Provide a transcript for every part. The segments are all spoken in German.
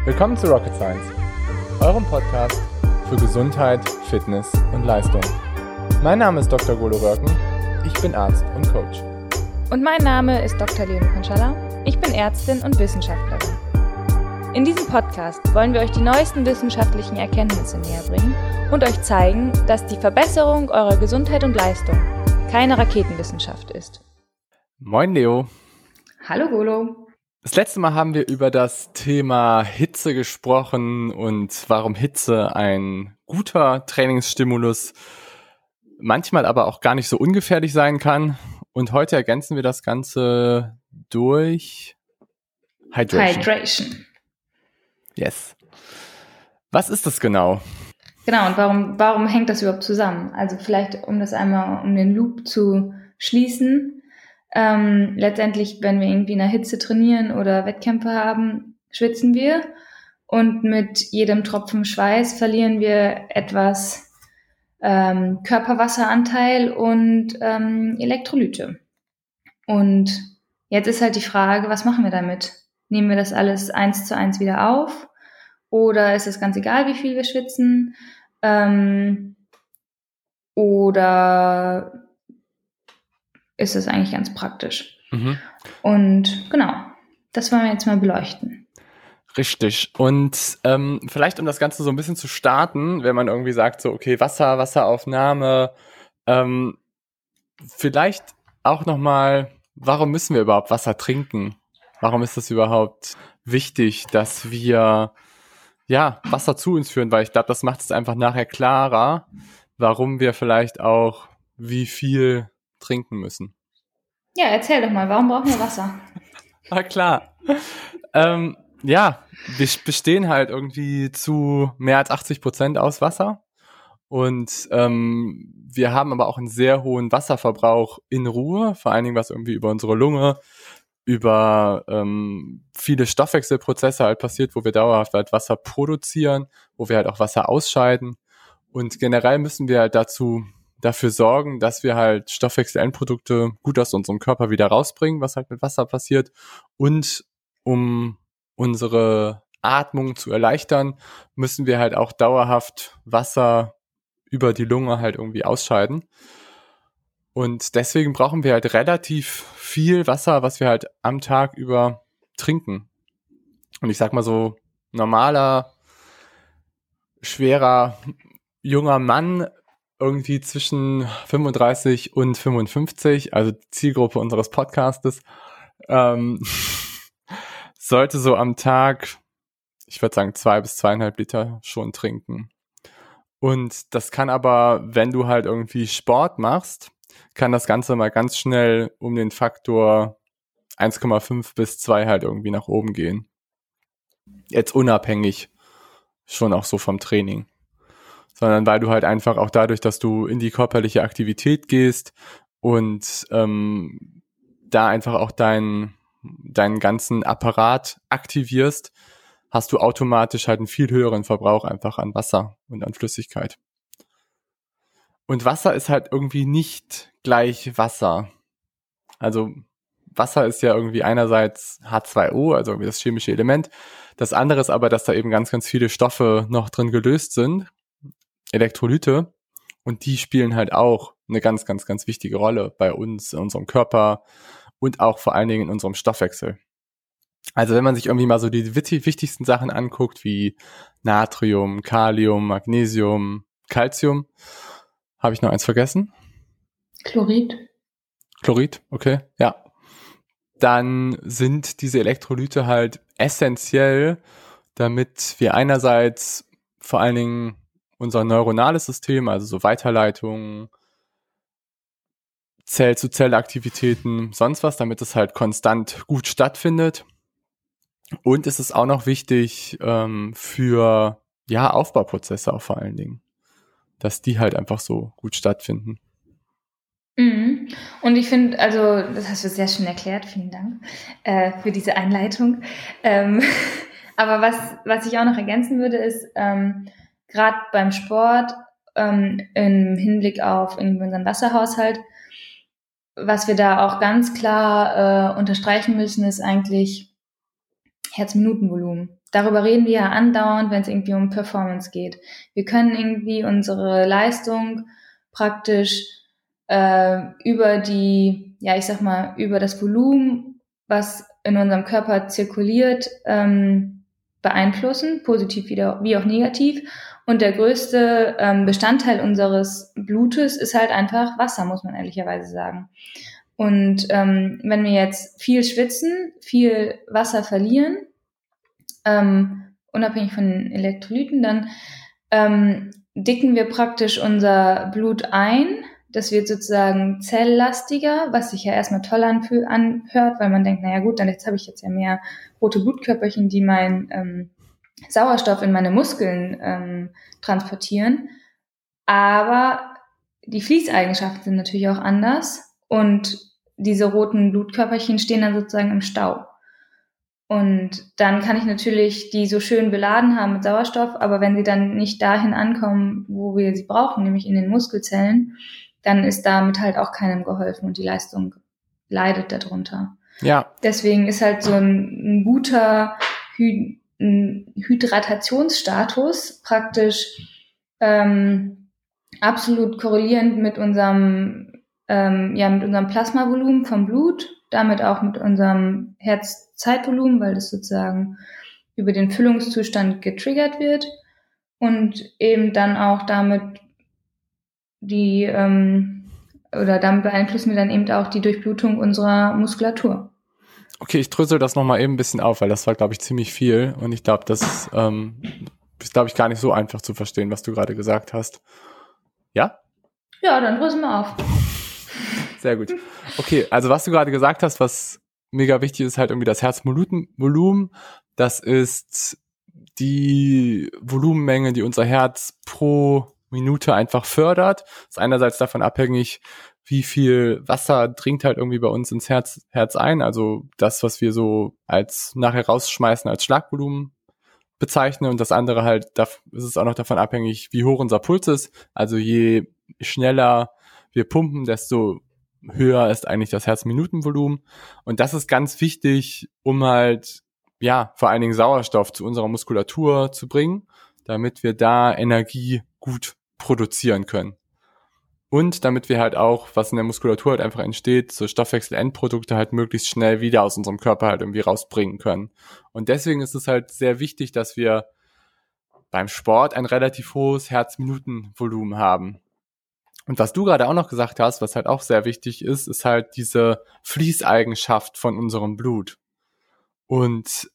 Willkommen zu Rocket Science, eurem Podcast für Gesundheit, Fitness und Leistung. Mein Name ist Dr. Golo Röhrken, ich bin Arzt und Coach. Und mein Name ist Dr. Leonie Konschalla, ich bin Ärztin und Wissenschaftlerin. In diesem Podcast wollen wir euch die neuesten wissenschaftlichen Erkenntnisse näherbringen und euch zeigen, dass die Verbesserung eurer Gesundheit und Leistung keine Raketenwissenschaft ist. Moin Leo. Hallo Golo. Das letzte Mal haben wir über das Thema Hitze gesprochen und warum Hitze ein guter Trainingsstimulus, manchmal aber auch gar nicht so ungefährlich sein kann. Und heute ergänzen wir das Ganze durch Hydration. Yes. Was ist das genau? Genau, und warum hängt das überhaupt zusammen? Also vielleicht, um das einmal, um den Loop zu schließen. Letztendlich, wenn wir irgendwie in der Hitze trainieren oder Wettkämpfe haben, schwitzen wir und mit jedem Tropfen Schweiß verlieren wir etwas Körperwasseranteil und Elektrolyte. Und jetzt ist halt die Frage, was machen wir damit? Nehmen wir das alles 1:1 wieder auf? Oder ist es ganz egal, wie viel wir schwitzen? Oder ist es eigentlich ganz praktisch? Mhm. Und genau, das wollen wir jetzt mal beleuchten. Richtig. Und vielleicht, um das Ganze so ein bisschen zu starten, wenn man irgendwie sagt, so okay, Wasseraufnahme, vielleicht auch nochmal, warum müssen wir überhaupt Wasser trinken? Warum ist das überhaupt wichtig, dass wir Wasser zu uns führen? Weil ich glaube, das macht es einfach nachher klarer, warum wir vielleicht auch wie viel trinken müssen. Ja, erzähl doch mal, warum brauchen wir Wasser? Na klar. Wir bestehen halt irgendwie zu mehr als 80% aus Wasser und wir haben aber auch einen sehr hohen Wasserverbrauch in Ruhe, vor allen Dingen was irgendwie über unsere Lunge, über viele Stoffwechselprozesse halt passiert, wo wir dauerhaft halt Wasser produzieren, wo wir halt auch Wasser ausscheiden und generell müssen wir halt dafür sorgen, dass wir halt Stoffwechselendprodukte gut aus unserem Körper wieder rausbringen, was halt mit Wasser passiert. Und um unsere Atmung zu erleichtern, müssen wir halt auch dauerhaft Wasser über die Lunge halt irgendwie ausscheiden. Und deswegen brauchen wir halt relativ viel Wasser, was wir halt am Tag über trinken. Und ich sag mal so, normaler, schwerer, junger Mann irgendwie zwischen 35 und 55, also die Zielgruppe unseres Podcastes, sollte so am Tag, ich würde sagen 2 bis 2,5 Liter schon trinken. Und das kann aber, wenn du halt irgendwie Sport machst, kann das Ganze mal ganz schnell um den Faktor 1,5 bis 2 halt irgendwie nach oben gehen. Jetzt unabhängig schon auch so vom Training. Sondern weil du halt einfach auch dadurch, dass du in die körperliche Aktivität gehst und da einfach auch deinen ganzen Apparat aktivierst, hast du automatisch halt einen viel höheren Verbrauch einfach an Wasser und an Flüssigkeit. Und Wasser ist halt irgendwie nicht gleich Wasser. Also Wasser ist ja irgendwie einerseits H2O, also irgendwie das chemische Element. Das andere ist aber, dass da eben ganz, ganz viele Stoffe noch drin gelöst sind. Elektrolyte, und die spielen halt auch eine ganz, ganz, ganz wichtige Rolle bei uns, in unserem Körper und auch vor allen Dingen in unserem Stoffwechsel. Also wenn man sich irgendwie mal so die wichtigsten Sachen anguckt, wie Natrium, Kalium, Magnesium, Calcium, habe ich noch eins vergessen? Chlorid, okay, ja. Dann sind diese Elektrolyte halt essentiell, damit wir einerseits vor allen Dingen unser neuronales System, also so Weiterleitungen, Zell-zu-Zell-Aktivitäten, sonst was, damit es halt konstant gut stattfindet. Und es ist auch noch wichtig für Aufbauprozesse auch vor allen Dingen, dass die halt einfach so gut stattfinden. Mhm. Und ich finde, also das hast du sehr schön erklärt, vielen Dank für diese Einleitung. Aber was ich auch noch ergänzen würde, ist, gerade beim Sport, im Hinblick auf unseren Wasserhaushalt, was wir da auch ganz klar unterstreichen müssen, ist eigentlich Herzminutenvolumen. darüber reden wir ja andauernd, wenn es irgendwie um Performance geht. Wir können irgendwie unsere Leistung praktisch über über das Volumen, was in unserem Körper zirkuliert, beeinflussen, positiv wie auch negativ. Und der größte Bestandteil unseres Blutes ist halt einfach Wasser, muss man ehrlicherweise sagen. Und wenn wir jetzt viel schwitzen, viel Wasser verlieren, unabhängig von den Elektrolyten, dann dicken wir praktisch unser Blut ein. Das wird sozusagen zelllastiger, was sich ja erstmal toll anhört, weil man denkt, naja gut, dann habe ich jetzt ja mehr rote Blutkörperchen, die meinen Sauerstoff in meine Muskeln transportieren. Aber die Fließeigenschaften sind natürlich auch anders und diese roten Blutkörperchen stehen dann sozusagen im Stau. Und dann kann ich natürlich die so schön beladen haben mit Sauerstoff, aber wenn sie dann nicht dahin ankommen, wo wir sie brauchen, nämlich in den Muskelzellen, dann ist damit halt auch keinem geholfen und die Leistung leidet darunter. Ja. Deswegen ist halt so ein guter Hydratationsstatus praktisch absolut korrelierend mit unserem Plasmavolumen vom Blut, damit auch mit unserem Herzzeitvolumen, weil das sozusagen über den Füllungszustand getriggert wird und eben dann auch damit damit beeinflussen wir dann eben auch die Durchblutung unserer Muskulatur. Okay, ich drösel das nochmal eben ein bisschen auf, weil das war, glaube ich, ziemlich viel und ich glaube, das ist, glaube ich, gar nicht so einfach zu verstehen, was du gerade gesagt hast. Ja? Ja, dann drösel mal auf. Sehr gut. Okay, also was du gerade gesagt hast, was mega wichtig ist, halt irgendwie das Herzvolumen. Das ist die Volumenmenge, die unser Herz pro Minute einfach fördert. Das ist einerseits davon abhängig, wie viel Wasser dringt halt irgendwie bei uns ins Herz ein. Also das, was wir so nachher rausschmeißen als Schlagvolumen bezeichnen. Und das andere halt, ist es auch noch davon abhängig, wie hoch unser Puls ist. Also je schneller wir pumpen, desto höher ist eigentlich das Herzminutenvolumen. Und das ist ganz wichtig, um halt, vor allen Dingen Sauerstoff zu unserer Muskulatur zu bringen, damit wir da Energie gut produzieren können. Und damit wir halt auch, was in der Muskulatur halt einfach entsteht, so Stoffwechselendprodukte halt möglichst schnell wieder aus unserem Körper halt irgendwie rausbringen können. Und deswegen ist es halt sehr wichtig, dass wir beim Sport ein relativ hohes Herzminutenvolumen haben. Und was du gerade auch noch gesagt hast, was halt auch sehr wichtig ist, ist halt diese Fließeigenschaft von unserem Blut. Und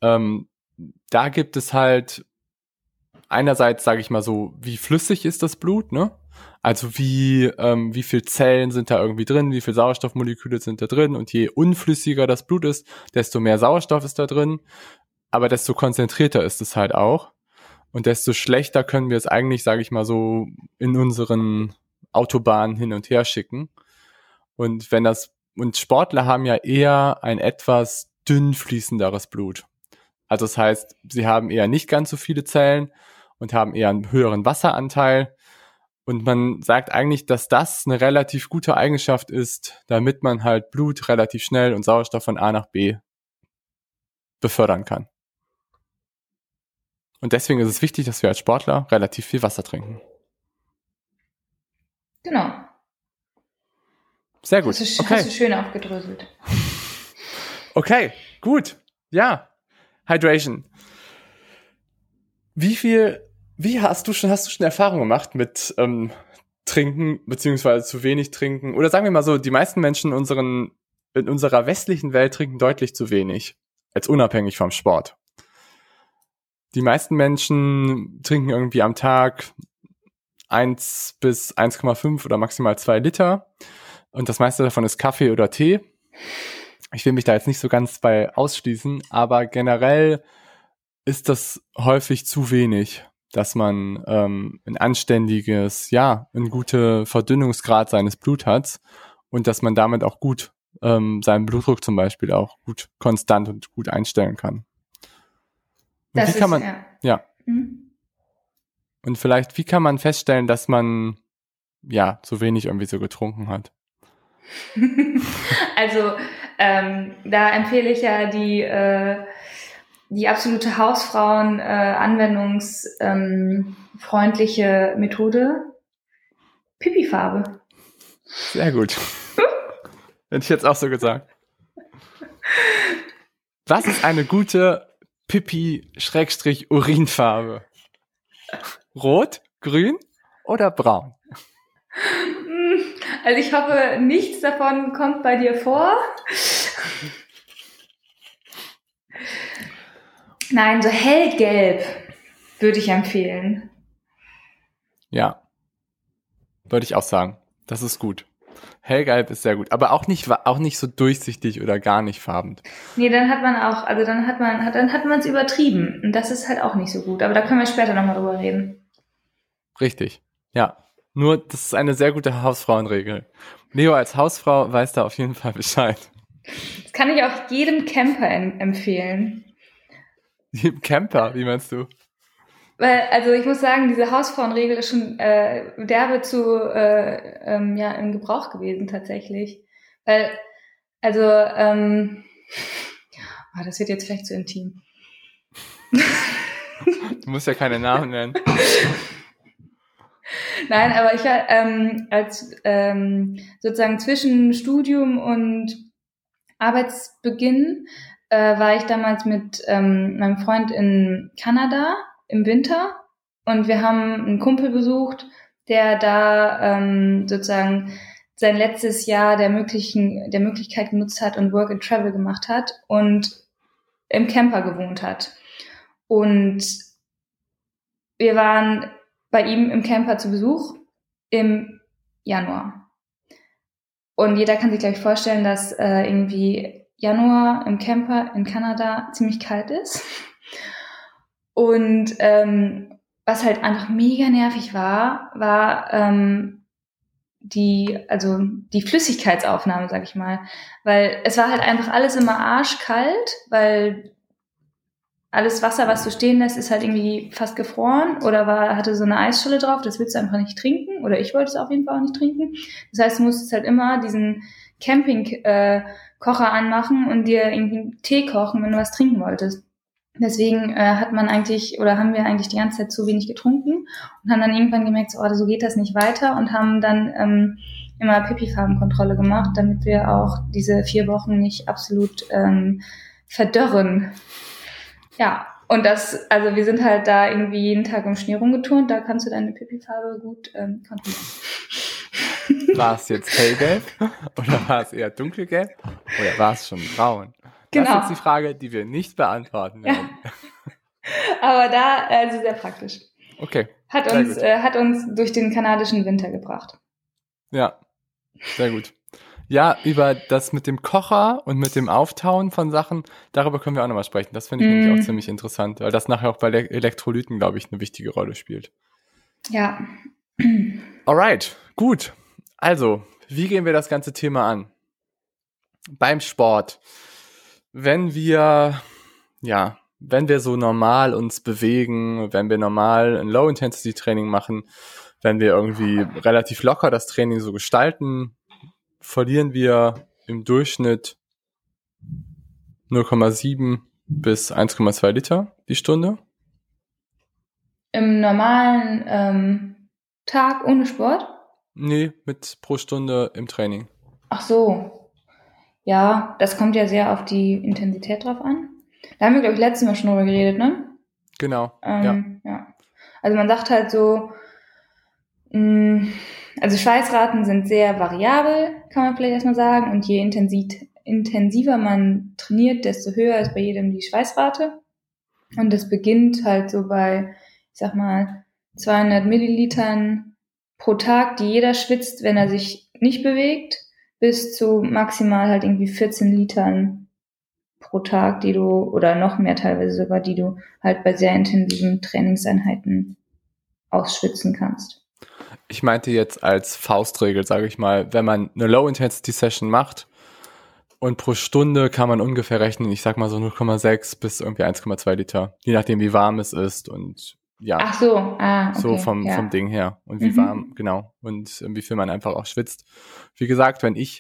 da gibt es halt einerseits, sage ich mal so, wie flüssig ist das Blut, ne? Also wie viel Zellen sind da irgendwie drin, wie viel Sauerstoffmoleküle sind da drin und je unflüssiger das Blut ist, desto mehr Sauerstoff ist da drin, aber desto konzentrierter ist es halt auch und desto schlechter können wir es eigentlich, sage ich mal so, in unseren Autobahnen hin und her schicken. Und Sportler haben ja eher ein etwas dünn fließenderes Blut. Also das heißt, sie haben eher nicht ganz so viele Zellen und haben eher einen höheren Wasseranteil. Und man sagt eigentlich, dass das eine relativ gute Eigenschaft ist, damit man halt Blut relativ schnell und Sauerstoff von A nach B befördern kann. Und deswegen ist es wichtig, dass wir als Sportler relativ viel Wasser trinken. Genau. Sehr gut. Hast du schön aufgedröselt. Okay, gut. Ja. Hydration. Hast du schon Erfahrung gemacht mit Trinken, beziehungsweise zu wenig trinken? Oder sagen wir mal so, die meisten Menschen in unserer westlichen Welt trinken deutlich zu wenig, als unabhängig vom Sport. Die meisten Menschen trinken irgendwie am Tag 1 bis 1,5 oder maximal 2 Liter. Und das meiste davon ist Kaffee oder Tee. Ich will mich da jetzt nicht so ganz bei ausschließen, aber generell ist das häufig zu wenig, dass man ein anständiges, einen guten Verdünnungsgrad seines Bluts hat und dass man damit auch gut seinen Blutdruck zum Beispiel auch gut konstant und gut einstellen kann. Und wie kann man, Und vielleicht, wie kann man feststellen, dass man so wenig irgendwie so getrunken hat? Also da empfehle ich ja die absolute Hausfrauen anwendungsfreundliche Methode. Pipi-Farbe. Sehr gut. Hätte ich jetzt auch so gesagt. Was ist eine gute Pipi-Urinfarbe? Rot, grün oder braun? Also ich hoffe, nichts davon kommt bei dir vor. Nein, so hellgelb würde ich empfehlen. Ja, würde ich auch sagen. Das ist gut. Hellgelb ist sehr gut, aber auch nicht so durchsichtig oder gar nicht farbend. Nee, dann hat man es übertrieben. Und das ist halt auch nicht so gut. Aber da können wir später nochmal drüber reden. Richtig, ja. Nur, das ist eine sehr gute Hausfrauenregel. Leo als Hausfrau weiß da auf jeden Fall Bescheid. Das kann ich auch jedem Camper empfehlen. Jedem Camper, wie meinst du? Weil, also ich muss sagen, diese Hausfrauenregel ist schon derbe im Gebrauch gewesen tatsächlich. Weil, also, das wird jetzt vielleicht zu intim. Du musst ja keine Namen nennen. Nein, aber ich war als sozusagen zwischen Studium und Arbeitsbeginn war ich damals mit meinem Freund in Kanada im Winter und wir haben einen Kumpel besucht, der da sozusagen sein letztes Jahr der Möglichkeit genutzt hat und Work and Travel gemacht hat und im Camper gewohnt hat. Und wir waren bei ihm im Camper zu Besuch im Januar. Und jeder kann sich, glaube ich, vorstellen, dass irgendwie Januar im Camper in Kanada ziemlich kalt ist. Und was halt einfach mega nervig war die Flüssigkeitsaufnahme, sag ich mal. Weil es war halt einfach alles immer arschkalt, weil alles Wasser, was du stehen lässt, ist halt irgendwie fast gefroren oder hatte so eine Eisscholle drauf, das willst du einfach nicht trinken oder ich wollte es auf jeden Fall auch nicht trinken. Das heißt, du musstest halt immer diesen Campingkocher anmachen und dir irgendwie einen Tee kochen, wenn du was trinken wolltest. Deswegen haben wir eigentlich die ganze Zeit zu wenig getrunken und haben dann irgendwann gemerkt, so geht das nicht weiter und haben dann immer Pipi-Farbenkontrolle gemacht, damit wir auch diese 4 Wochen nicht absolut verdörren. Ja, und wir sind halt da irgendwie jeden Tag im Schnee rumgeturnt, da kannst du deine Pipi-Farbe gut kontrollieren. War es jetzt hellgelb oder war es eher dunkelgelb oder war es schon braun? Genau. Das ist jetzt die Frage, die wir nicht beantworten werden. Ja. Aber also sehr praktisch. Okay. Hat uns durch den kanadischen Winter gebracht. Ja, sehr gut. Ja, über das mit dem Kocher und mit dem Auftauen von Sachen, darüber können wir auch nochmal sprechen. Das finde ich nämlich auch ziemlich interessant, weil das nachher auch bei Elektrolyten, glaube ich, eine wichtige Rolle spielt. Ja. Alright, gut. Also, wie gehen wir das ganze Thema an? Beim Sport. Wenn wir so normal uns bewegen, wenn wir normal ein Low-Intensity-Training machen, wenn wir irgendwie relativ locker das Training so gestalten, verlieren wir im Durchschnitt 0,7 bis 1,2 Liter die Stunde. Im normalen Tag ohne Sport? Nee, pro Stunde im Training. Ach so. Ja, das kommt ja sehr auf die Intensität drauf an. Da haben wir, glaube ich, letztes Mal schon drüber geredet, ne? Genau, ja. Also man sagt halt so, also Schweißraten sind sehr variabel, kann man vielleicht erstmal sagen. Und je intensiver man trainiert, desto höher ist bei jedem die Schweißrate. Und das beginnt halt so bei, ich sag mal, 200 Millilitern pro Tag, die jeder schwitzt, wenn er sich nicht bewegt, bis zu maximal halt irgendwie 14 Litern pro Tag, oder noch mehr teilweise sogar, die du halt bei sehr intensiven Trainingseinheiten ausschwitzen kannst. Ich meinte jetzt als Faustregel, sage ich mal, wenn man eine Low-Intensity-Session macht und pro Stunde kann man ungefähr rechnen, ich sag mal so 0,6 bis irgendwie 1,2 Liter, je nachdem wie warm es ist und ja. Ach so, okay. So vom Ding her und wie warm, genau, und wie viel man einfach auch schwitzt. Wie gesagt, wenn ich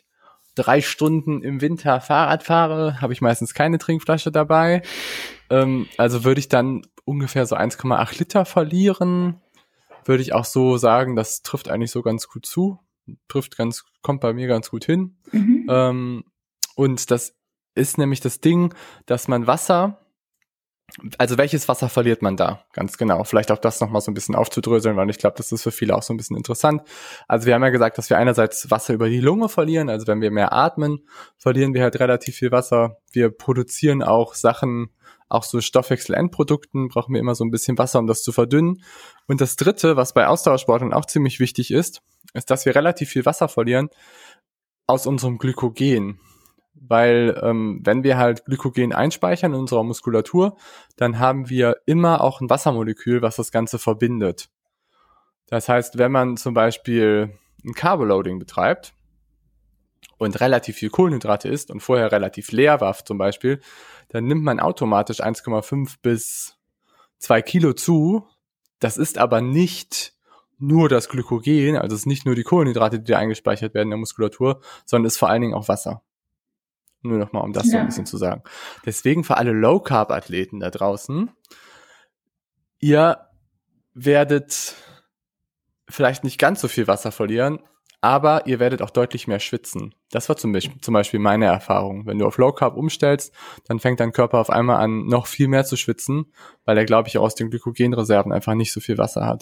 3 Stunden im Winter Fahrrad fahre, habe ich meistens keine Trinkflasche dabei. Also würde ich dann ungefähr so 1,8 Liter verlieren. Würde ich auch so sagen, das trifft eigentlich so ganz gut zu. Kommt bei mir ganz gut hin. Und das ist nämlich das Ding, dass man Wasser, also welches Wasser verliert man da? Ganz genau. Vielleicht auch das nochmal so ein bisschen aufzudröseln, weil ich glaube, das ist für viele auch so ein bisschen interessant. Also wir haben ja gesagt, dass wir einerseits Wasser über die Lunge verlieren. Also wenn wir mehr atmen, verlieren wir halt relativ viel Wasser. Wir produzieren auch Sachen, auch so Stoffwechselendprodukten, brauchen wir immer so ein bisschen Wasser, um das zu verdünnen. Und das Dritte, was bei Ausdauersportlern auch ziemlich wichtig ist, dass wir relativ viel Wasser verlieren aus unserem Glykogen. Weil wenn wir halt Glykogen einspeichern in unserer Muskulatur, dann haben wir immer auch ein Wassermolekül, was das Ganze verbindet. Das heißt, wenn man zum Beispiel ein Carboloading betreibt und relativ viel Kohlenhydrate isst und vorher relativ leer war zum Beispiel, dann nimmt man automatisch 1,5 bis 2 Kilo zu. Das ist aber nicht nur das Glykogen, also es ist nicht nur die Kohlenhydrate, die da eingespeichert werden in der Muskulatur, sondern es ist vor allen Dingen auch Wasser. Nur nochmal, um das so ein bisschen zu sagen. Deswegen für alle Low-Carb-Athleten da draußen, ihr werdet vielleicht nicht ganz so viel Wasser verlieren, aber ihr werdet auch deutlich mehr schwitzen. Das war zum Beispiel meine Erfahrung. Wenn du auf Low-Carb umstellst, dann fängt dein Körper auf einmal an, noch viel mehr zu schwitzen, weil er, glaube ich, auch aus den Glykogenreserven einfach nicht so viel Wasser hat.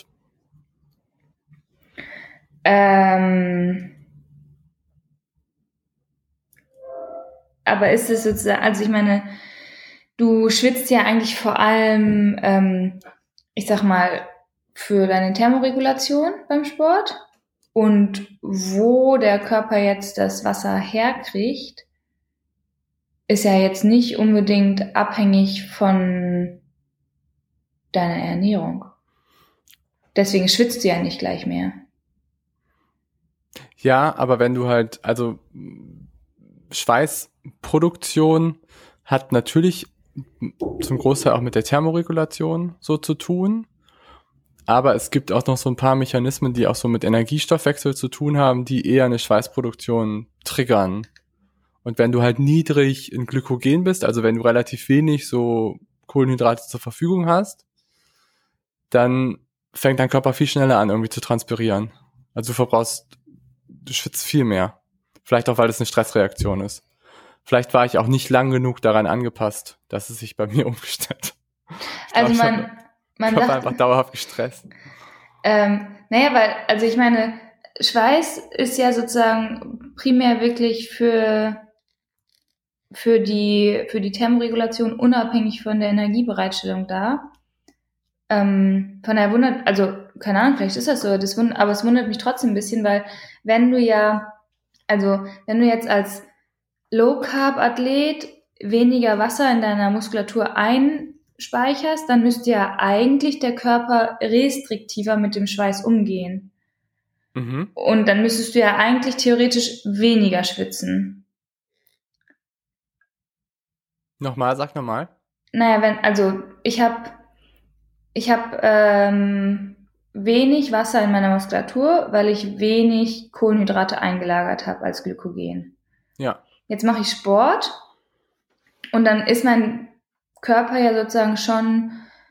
Aber ist es sozusagen, also ich meine, du schwitzt ja eigentlich vor allem, ich sag mal, für deine Thermoregulation beim Sport. Und wo der Körper jetzt das Wasser herkriegt, ist ja jetzt nicht unbedingt abhängig von deiner Ernährung. Deswegen schwitzt du ja nicht gleich mehr. Ja, aber wenn du halt, also Schweißproduktion hat natürlich zum Großteil auch mit der Thermoregulation so zu tun. Aber es gibt auch noch so ein paar Mechanismen, die auch so mit Energiestoffwechsel zu tun haben, die eher eine Schweißproduktion triggern. Und wenn du halt niedrig in Glykogen bist, also wenn du relativ wenig so Kohlenhydrate zur Verfügung hast, dann fängt dein Körper viel schneller an, irgendwie zu transpirieren. Also du schwitzt viel mehr. Vielleicht auch, weil das eine Stressreaktion ist. Vielleicht war ich auch nicht lang genug daran angepasst, dass es sich bei mir umgestellt hat. Also man sagt, einfach dauerhaft gestresst. Also ich meine, Schweiß ist ja sozusagen primär wirklich für die Thermoregulation unabhängig von der Energiebereitstellung da. Von daher also keine Ahnung, vielleicht ist das so, aber es wundert mich trotzdem ein bisschen, weil wenn du jetzt als Low-Carb-Athlet weniger Wasser in deiner Muskulatur einspeicherst, dann müsste ja eigentlich der Körper restriktiver mit dem Schweiß umgehen. Mhm. Und dann müsstest du ja eigentlich theoretisch weniger schwitzen. Sag nochmal. Naja, ich habe wenig Wasser in meiner Muskulatur, weil ich wenig Kohlenhydrate eingelagert habe als Glykogen. Ja. Jetzt mache ich Sport und dann ist mein Körper ja sozusagen schon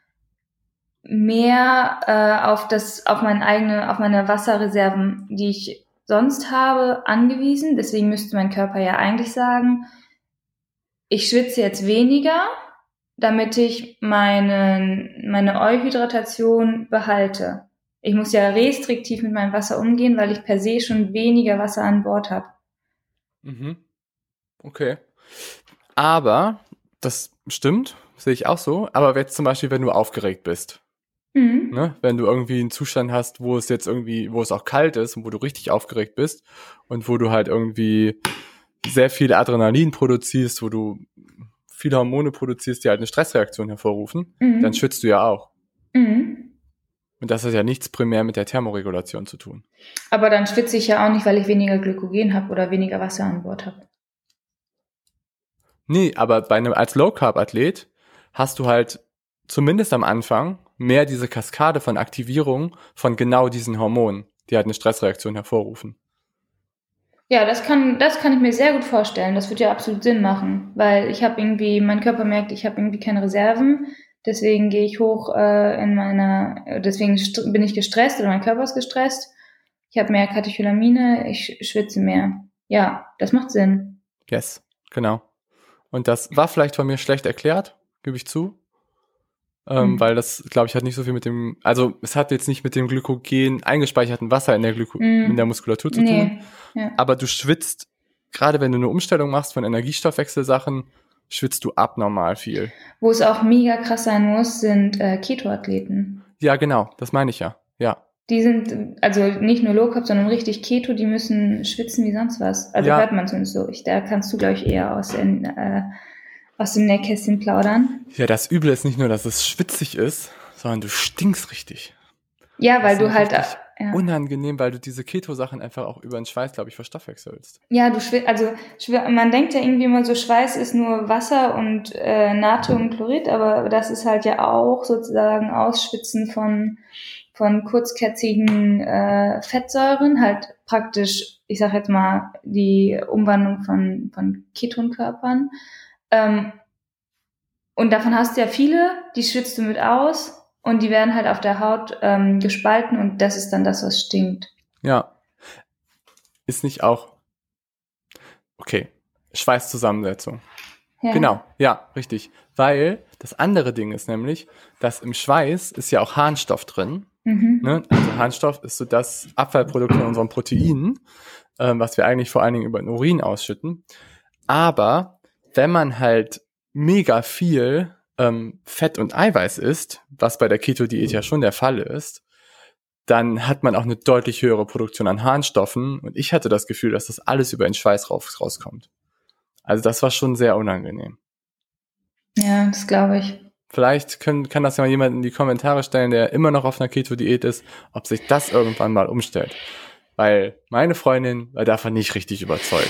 mehr auf meine Wasserreserven, die ich sonst habe, angewiesen. Deswegen müsste mein Körper ja eigentlich sagen, ich schwitze jetzt weniger, damit ich meine Euhydratation behalte. Ich muss ja restriktiv mit meinem Wasser umgehen, weil ich per se schon weniger Wasser an Bord habe. Mhm. Okay. Aber, das stimmt, sehe ich auch so, aber jetzt zum Beispiel, wenn du aufgeregt bist, ne? Wenn du irgendwie einen Zustand hast, wo es auch kalt ist und wo du richtig aufgeregt bist und wo du halt irgendwie sehr viel Adrenalin produzierst, wo du viele Hormone produzierst, die halt eine Stressreaktion hervorrufen, dann schwitzt du ja auch. Und das hat ja nichts primär mit der Thermoregulation zu tun. Aber dann schwitze ich ja auch nicht, weil ich weniger Glykogen habe oder weniger Wasser an Bord habe. Nee, aber als Low-Carb-Athlet hast du halt zumindest am Anfang mehr diese Kaskade von Aktivierung von genau diesen Hormonen, die halt eine Stressreaktion hervorrufen. Ja, das kann ich mir sehr gut vorstellen. Das wird ja absolut Sinn machen, weil mein Körper merkt, ich habe irgendwie keine Reserven. Deswegen gehe ich hoch deswegen bin ich gestresst oder mein Körper ist gestresst. Ich habe mehr Katecholamine, ich schwitze mehr. Ja, das macht Sinn. Yes, genau. Und das war vielleicht von mir schlecht erklärt, gebe ich zu. Weil das, glaube ich, hat nicht so viel es hat jetzt nicht mit dem Glykogen eingespeicherten Wasser in der Muskulatur zu tun. Ja. Aber du schwitzt, gerade wenn du eine Umstellung machst von Energiestoffwechselsachen, schwitzt du abnormal viel. Wo es auch mega krass sein muss, sind Keto-Athleten. Ja, genau, das meine ich ja. Die sind also nicht nur Low Carb, sondern richtig Keto, die müssen schwitzen wie sonst was. Also hört man zumindest so. Da kannst du, glaube ich, eher aus dem Nähkästchen plaudern. Ja, das Üble ist nicht nur, dass es schwitzig ist, sondern du stinkst richtig. Ja, weil du halt... unangenehm, weil du diese Keto-Sachen einfach auch über den Schweiß, glaube ich, verstoffwechselst. Ja, man denkt ja irgendwie immer so, Schweiß ist nur Wasser und Natriumchlorid, aber das ist halt ja auch sozusagen Ausschwitzen von kurzkettigen Fettsäuren, halt praktisch, ich sag jetzt mal, die Umwandlung von Ketonkörpern. Und davon hast du ja viele, die schwitzt du mit aus und die werden halt auf der Haut gespalten und das ist dann das, was stinkt. Ja. Ist nicht auch... Okay, Schweißzusammensetzung. Ja. Genau, ja, richtig. Weil das andere Ding ist nämlich, dass im Schweiß ist ja auch Harnstoff drin. Ne? Also Harnstoff ist so das Abfallprodukt von unseren Proteinen, was wir eigentlich vor allen Dingen über den Urin ausschütten. Aber wenn man halt mega viel Fett und Eiweiß isst, was bei der Keto-Diät ja schon der Fall ist, dann hat man auch eine deutlich höhere Produktion an Harnstoffen. Und ich hatte das Gefühl, dass das alles über den Schweiß rauskommt. Also das war schon sehr unangenehm. Ja, das glaube ich. Vielleicht kann das ja mal jemand in die Kommentare stellen, der immer noch auf einer Keto-Diät ist, ob sich das irgendwann mal umstellt. Weil meine Freundin war davon nicht richtig überzeugt.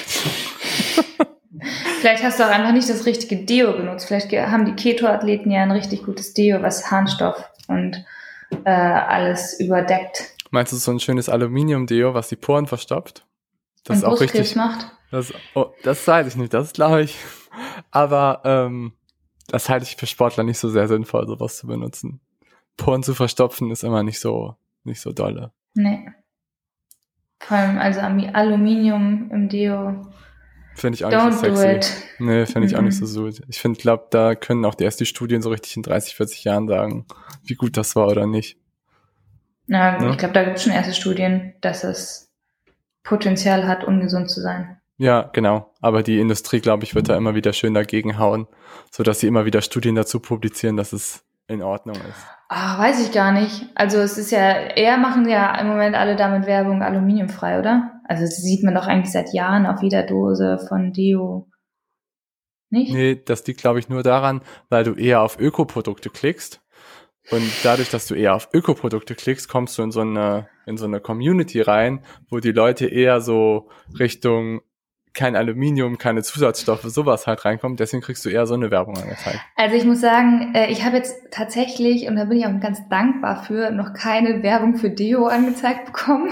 Vielleicht hast du auch einfach nicht das richtige Deo benutzt. Vielleicht haben die Keto-Athleten ja ein richtig gutes Deo, was Harnstoff und alles überdeckt. Meinst du so ein schönes Aluminium-Deo, was die Poren verstopft? Das und ist auch richtig macht? Das weiß ich nicht, das glaube ich. Aber das halte ich für Sportler nicht so sehr sinnvoll, sowas zu benutzen. Poren zu verstopfen ist immer nicht so dolle. Nee. Vor allem also Aluminium im Deo. Finde ich auch nicht so sexy. Nee, finde ich auch nicht so gut. Ich glaube, da können auch erst die Studien so richtig in 30, 40 Jahren sagen, wie gut das war oder nicht. Na, ja? Ich glaube, da gibt es schon erste Studien, dass es Potenzial hat, ungesund zu sein. Ja, genau. Aber die Industrie, glaube ich, wird da immer wieder schön dagegen hauen, sodass sie immer wieder Studien dazu publizieren, dass es in Ordnung ist. Weiß ich gar nicht. Also es ist ja, machen ja im Moment alle damit Werbung aluminiumfrei, oder? Also das sieht man doch eigentlich seit Jahren auf jeder Dose von Deo. Nicht? Nee, das liegt, glaube ich, nur daran, weil du eher auf Ökoprodukte klickst. Und dadurch, dass du eher auf Ökoprodukte klickst, kommst du in so eine Community rein, wo die Leute eher so Richtung kein Aluminium, keine Zusatzstoffe, sowas halt reinkommt. Deswegen kriegst du eher so eine Werbung angezeigt. Also ich muss sagen, ich habe jetzt tatsächlich, und da bin ich auch ganz dankbar für, noch keine Werbung für Deo angezeigt bekommen.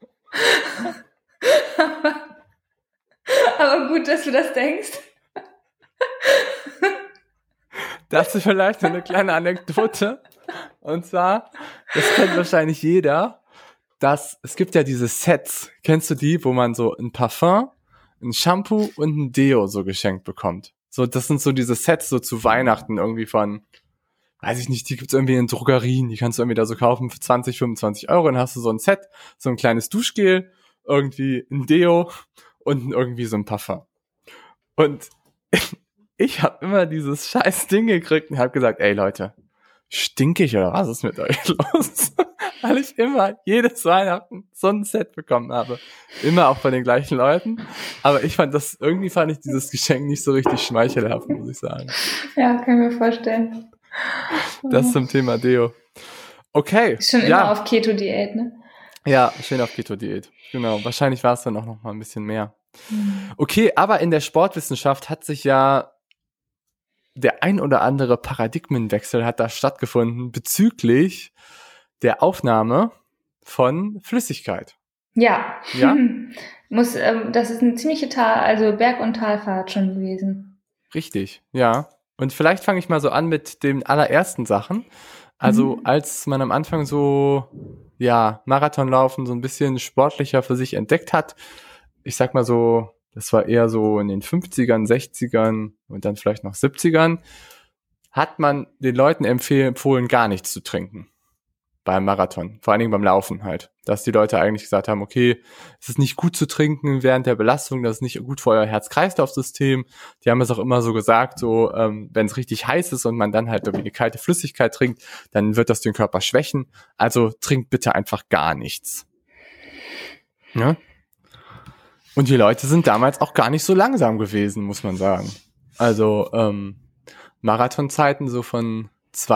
Aber gut, dass du das denkst. Dazu vielleicht noch eine kleine Anekdote. Und zwar, das kennt wahrscheinlich jeder, es gibt ja diese Sets, kennst du die, wo man so ein Parfum, ein Shampoo und ein Deo so geschenkt bekommt. So, das sind so diese Sets so zu Weihnachten irgendwie von, weiß ich nicht, die gibt's irgendwie in Drogerien, die kannst du irgendwie da so kaufen für 20, 25 Euro, dann hast du so ein Set, so ein kleines Duschgel, irgendwie ein Deo und irgendwie so ein Parfum. Und ich habe immer dieses scheiß Ding gekriegt und habe gesagt, ey Leute, stink ich oder was ist mit euch los? Weil ich immer jedes Weihnachten so ein Set bekommen habe. Immer auch von den gleichen Leuten. Aber irgendwie fand ich dieses Geschenk nicht so richtig schmeichelhaft, muss ich sagen. Ja, kann ich mir vorstellen. Das zum Thema Deo. Okay. Ist schon immer auf Keto-Diät, ne? Ja, schön auf Keto-Diät. Genau. Wahrscheinlich war es dann auch noch mal ein bisschen mehr. Okay, aber in der Sportwissenschaft hat sich ja der ein oder andere Paradigmenwechsel hat da stattgefunden bezüglich der Aufnahme von Flüssigkeit. Ja. Das ist eine ziemliche also Berg- und Talfahrt schon gewesen. Richtig, ja. Und vielleicht fange ich mal so an mit den allerersten Sachen. Also als man am Anfang so, ja, Marathonlaufen so ein bisschen sportlicher für sich entdeckt hat, ich sag mal so, das war eher so in den 50ern, 60ern und dann vielleicht noch 70ern, hat man den Leuten empfohlen, gar nichts zu trinken beim Marathon, vor allen Dingen beim Laufen halt. Dass die Leute eigentlich gesagt haben, okay, es ist nicht gut zu trinken während der Belastung, das ist nicht gut für euer Herz-Kreislauf-System. Die haben es auch immer so gesagt, so wenn es richtig heiß ist und man dann halt irgendwie eine kalte Flüssigkeit trinkt, dann wird das den Körper schwächen. Also trinkt bitte einfach gar nichts. Ja? Und die Leute sind damals auch gar nicht so langsam gewesen, muss man sagen. Also Marathonzeiten so von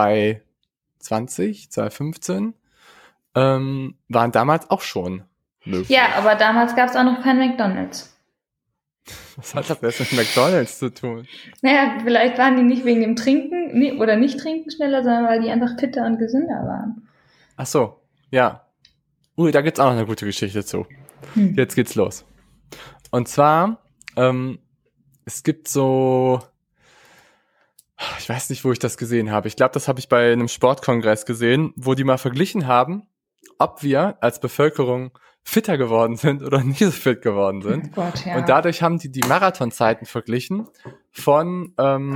2020, 2015 waren damals auch schon möglich. Ja, aber damals gab es auch noch kein McDonald's. Was hat das jetzt mit McDonald's zu tun? Naja, vielleicht waren die nicht wegen dem Trinken oder nicht trinken schneller, sondern weil die einfach fitter und gesünder waren. Ach so, ja. Da gibt's auch noch eine gute Geschichte zu. Jetzt geht's los. Und zwar, es gibt so, ich weiß nicht, wo ich das gesehen habe. Ich glaube, das habe ich bei einem Sportkongress gesehen, wo die mal verglichen haben, ob wir als Bevölkerung fitter geworden sind oder nicht so fit geworden sind. Oh Gott, ja. Und dadurch haben die Marathonzeiten verglichen von,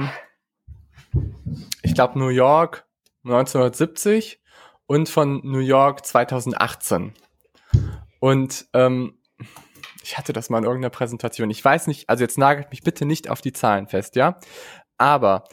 ich glaube, New York 1970 und von New York 2018. Und ich hatte das mal in irgendeiner Präsentation. Ich weiß nicht, also jetzt nagelt mich bitte nicht auf die Zahlen fest, ja? Aber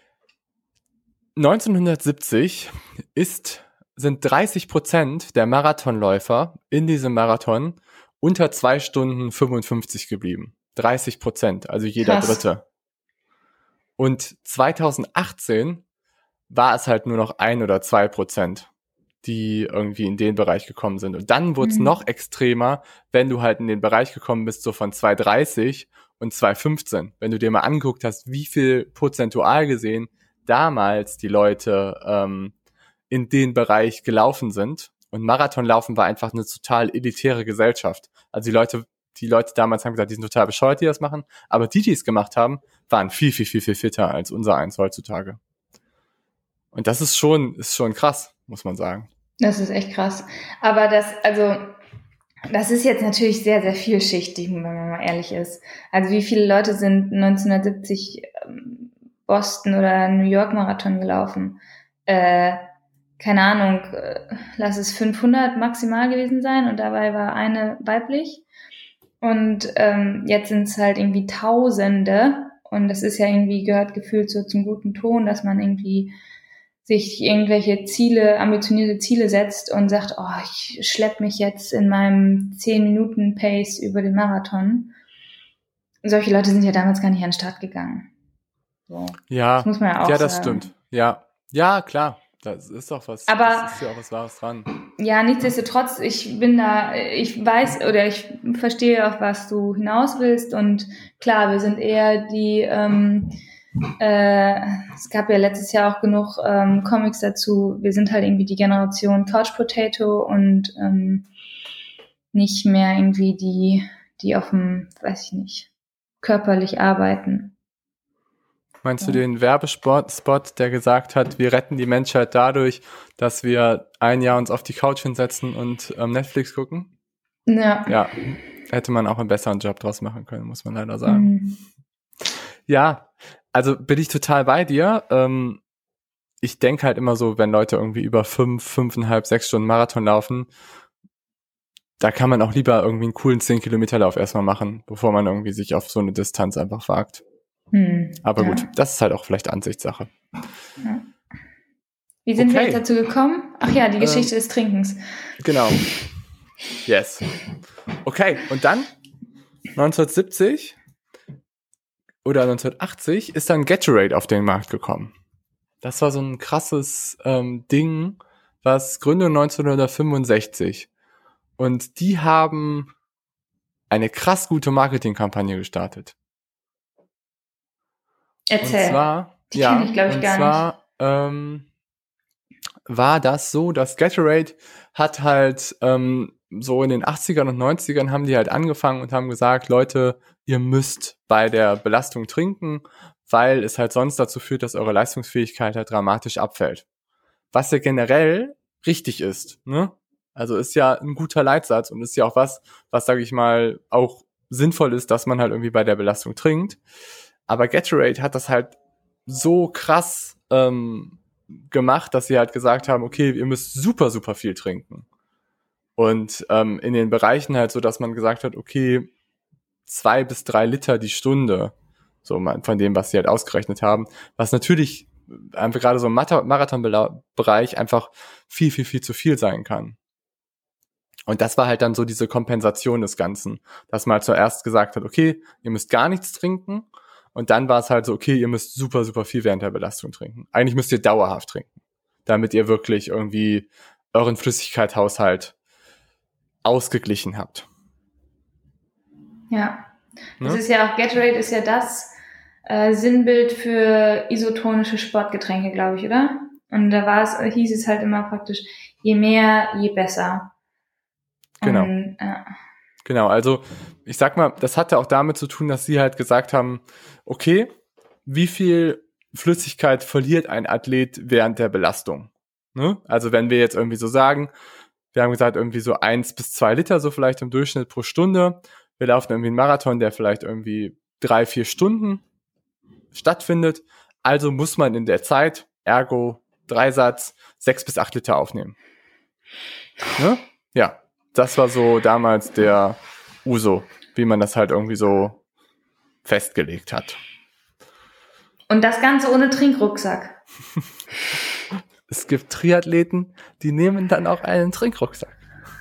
1970 sind 30% der Marathonläufer in diesem Marathon unter 2 Stunden 55 geblieben. 30%, also jeder Krass. Dritte. Und 2018 war es halt nur noch 1 oder 2%, die irgendwie in den Bereich gekommen sind. Und dann wurde es noch extremer, wenn du halt in den Bereich gekommen bist, so von 2,30 und 2,15. Wenn du dir mal angeguckt hast, wie viel prozentual gesehen damals die Leute in den Bereich gelaufen sind. Und Marathonlaufen war einfach eine total elitäre Gesellschaft. Also die Leute damals haben gesagt, die sind total bescheuert, die das machen. Aber die es gemacht haben, waren viel, viel, viel, viel fitter als unser eins heutzutage. Und das ist schon krass, muss man sagen. Das ist echt krass. Aber das ist jetzt natürlich sehr, sehr vielschichtig, wenn man mal ehrlich ist. Also wie viele Leute sind 1970 Boston oder New York Marathon gelaufen? Keine Ahnung, lass es 500 maximal gewesen sein und dabei war eine weiblich. Und jetzt sind es halt irgendwie Tausende. Und das ist ja irgendwie, gehört gefühlt so zum guten Ton, dass man irgendwie sich irgendwelche ambitionierte Ziele setzt und sagt, oh, ich schlepp mich jetzt in meinem 10-Minuten-Pace über den Marathon. Solche Leute sind ja damals gar nicht an den Start gegangen. So. Ja, das muss man ja auch ja, das sagen. stimmt. Ja, klar. Das ist doch was. Aber das ist ja auch was Wahres dran. Ja, nichtsdestotrotz, ich weiß oder ich verstehe auch, was du hinaus willst. Und klar, wir sind eher es gab ja letztes Jahr auch genug Comics dazu. Wir sind halt irgendwie die Generation Couch Potato und nicht mehr irgendwie die auf dem, weiß ich nicht, körperlich arbeiten. Meinst du den Werbespot, der gesagt hat, wir retten die Menschheit dadurch, dass wir ein Jahr uns auf die Couch hinsetzen und Netflix gucken? Ja. Ja, hätte man auch einen besseren Job draus machen können, muss man leider sagen. Ja, also bin ich total bei dir. Ich denke halt immer so, wenn Leute irgendwie über 5,5, 6 Stunden Marathon laufen, da kann man auch lieber irgendwie einen coolen 10-Kilometer-Lauf erstmal machen, bevor man irgendwie sich auf so eine Distanz einfach wagt. Aber gut, das ist halt auch vielleicht Ansichtssache. Ja. Wie sind wir jetzt dazu gekommen? Ach ja, die Geschichte des Trinkens. Genau. Yes. Okay, und dann 1970 oder 1980 ist dann Gatorade auf den Markt gekommen. Das war so ein krasses Ding, was Gründung 1965. Und die haben eine krass gute Marketingkampagne gestartet. Erzähl. Und zwar, die kenne ich, glaube ich, gar nicht. War das so, dass Gatorade hat halt so in den 80ern und 90ern haben die halt angefangen und haben gesagt, Leute, ihr müsst bei der Belastung trinken, weil es halt sonst dazu führt, dass eure Leistungsfähigkeit halt dramatisch abfällt. Was ja generell richtig ist, ne? Also ist ja ein guter Leitsatz und ist ja auch was sage ich mal, auch sinnvoll ist, dass man halt irgendwie bei der Belastung trinkt. Aber Gatorade hat das halt so krass gemacht, dass sie halt gesagt haben, okay, ihr müsst super, super viel trinken. Und in den Bereichen halt so, dass man gesagt hat, okay, 2 bis 3 Liter die Stunde, so von dem, was sie halt ausgerechnet haben, was natürlich einfach gerade so im Marathonbereich einfach viel, viel, viel zu viel sein kann. Und das war halt dann so diese Kompensation des Ganzen, dass man halt zuerst gesagt hat, okay, ihr müsst gar nichts trinken. Und dann war es halt so, okay, ihr müsst super, super viel während der Belastung trinken. Eigentlich müsst ihr dauerhaft trinken, damit ihr wirklich irgendwie euren Flüssigkeitshaushalt ausgeglichen habt. Ja, das ist ja auch, Gatorade ist ja das Sinnbild für isotonische Sportgetränke, glaube ich, oder? Und da hieß es halt immer praktisch, je mehr, je besser. Genau. Und, Genau, also ich sag mal, das hatte auch damit zu tun, dass sie halt gesagt haben, okay, wie viel Flüssigkeit verliert ein Athlet während der Belastung? Ne? Also wenn wir jetzt irgendwie so sagen, wir haben gesagt, irgendwie so 1 bis 2 Liter so vielleicht im Durchschnitt pro Stunde. Wir laufen irgendwie einen Marathon, der vielleicht irgendwie 3-4 Stunden stattfindet. Also muss man in der Zeit, ergo Dreisatz, 6 bis 8 Liter aufnehmen. Ne? Ja, das war so damals der Uso, wie man das halt irgendwie so festgelegt hat. Und das Ganze ohne Trinkrucksack. Es gibt Triathleten, die nehmen dann auch einen Trinkrucksack.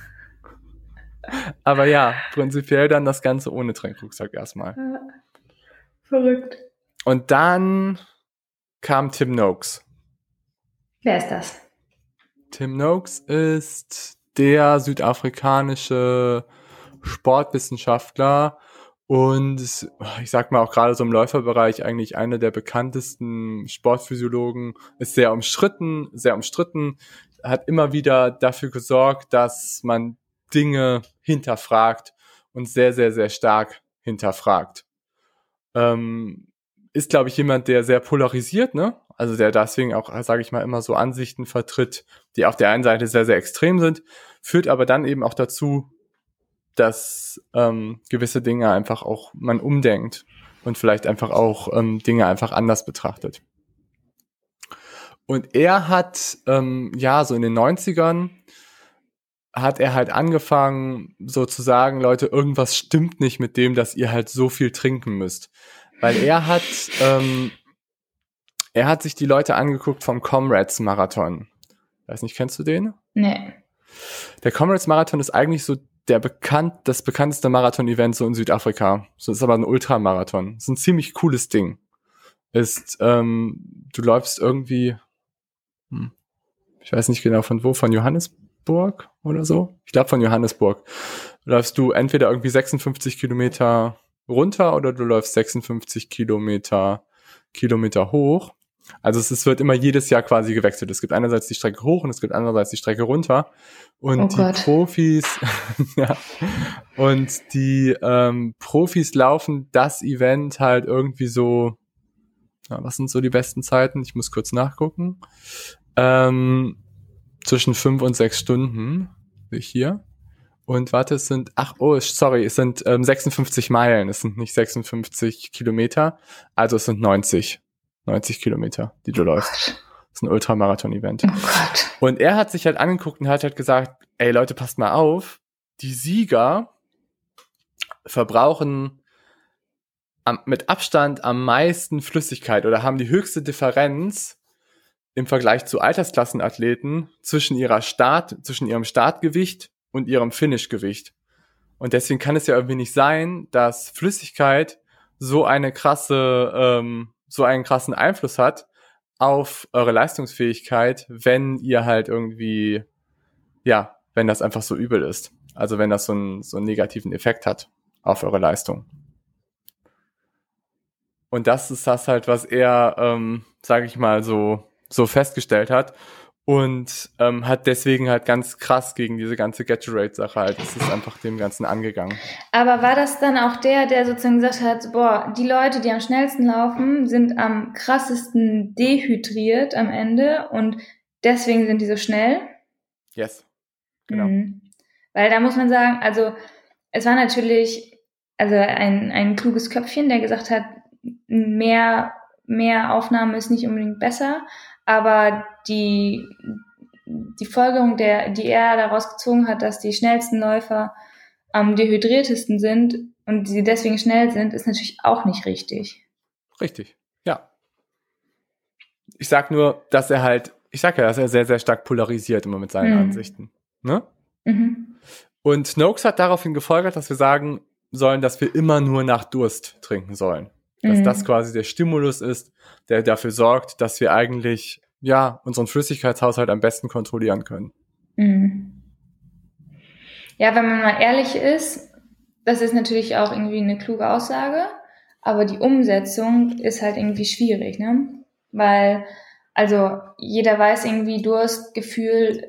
Aber ja, prinzipiell dann das Ganze ohne Trinkrucksack erstmal. Verrückt. Und dann kam Tim Noakes. Wer ist das? Tim Noakes ist der südafrikanische Sportwissenschaftler und ich sag mal auch gerade so im Läuferbereich eigentlich einer der bekanntesten Sportphysiologen, ist sehr umstritten, hat immer wieder dafür gesorgt, dass man Dinge hinterfragt und sehr, sehr, sehr stark hinterfragt. Ist, glaube ich, jemand, der sehr polarisiert, ne? Also der deswegen auch, sage ich mal, immer so Ansichten vertritt, die auf der einen Seite sehr, sehr extrem sind, führt aber dann eben auch dazu, dass gewisse Dinge einfach auch man umdenkt und vielleicht einfach auch Dinge einfach anders betrachtet. Und er hat, so in den 90ern hat er halt angefangen, so zu sagen, Leute, irgendwas stimmt nicht mit dem, dass ihr halt so viel trinken müsst. Weil er hat sich die Leute angeguckt vom Comrades-Marathon. Weiß nicht, kennst du den? Nee. Der Comrades-Marathon ist eigentlich so das bekannteste Marathon-Event so in Südafrika. So ist aber ein Ultramarathon. Ist ein ziemlich cooles Ding. Du läufst irgendwie, ich weiß nicht genau von wo, von Johannesburg oder so? Ich glaube von Johannesburg. Läufst du entweder irgendwie 56 Kilometer runter oder du läufst 56 Kilometer hoch. Also es wird immer jedes Jahr quasi gewechselt. Es gibt einerseits die Strecke hoch und es gibt andererseits die Strecke runter. Und Profis, ja, und die Profis laufen das Event halt irgendwie so, was sind so die besten Zeiten? Ich muss kurz nachgucken. Zwischen 5 und 6 Stunden, sehe ich hier. Und warte, es sind 56 Meilen. Es sind nicht 56 Kilometer. Also es sind 90 Kilometer, die du läufst. Das ist ein Ultramarathon-Event. Oh Gott. Und er hat sich halt angeguckt und hat halt gesagt, ey Leute, passt mal auf, die Sieger verbrauchen mit Abstand am meisten Flüssigkeit oder haben die höchste Differenz im Vergleich zu Altersklassenathleten zwischen ihrem Startgewicht und ihrem Finishgewicht. Und deswegen kann es ja irgendwie nicht sein, dass Flüssigkeit so einen krassen Einfluss hat auf eure Leistungsfähigkeit, wenn ihr halt irgendwie, wenn das einfach so übel ist. Also wenn das so einen negativen Effekt hat auf eure Leistung. Und das ist das halt, was er, sage ich mal, so festgestellt hat. und hat deswegen halt ganz krass gegen diese ganze Gatorade-Sache halt, es ist einfach dem Ganzen angegangen. Aber war das dann auch der sozusagen gesagt hat, boah, die Leute, die am schnellsten laufen, sind am krassesten dehydriert am Ende und deswegen sind die so schnell? Yes, genau. Weil da muss man sagen, also es war natürlich ein kluges Köpfchen, der gesagt hat, mehr Aufnahme ist nicht unbedingt besser, aber die Folgerung, die er daraus gezogen hat, dass die schnellsten Läufer am dehydriertesten sind und sie deswegen schnell sind, ist natürlich auch nicht richtig. Richtig, ja. Ich sag nur, dass er sehr, sehr stark polarisiert immer mit seinen Ansichten. Ne? Mhm. Und Snopes hat daraufhin gefolgert, dass wir sagen sollen, dass wir immer nur nach Durst trinken sollen. Dass das quasi der Stimulus ist, der dafür sorgt, dass wir eigentlich, ja, unseren Flüssigkeitshaushalt am besten kontrollieren können. Ja, wenn man mal ehrlich ist, das ist natürlich auch irgendwie eine kluge Aussage, aber die Umsetzung ist halt irgendwie schwierig, ne? Weil, also jeder weiß irgendwie, Durstgefühl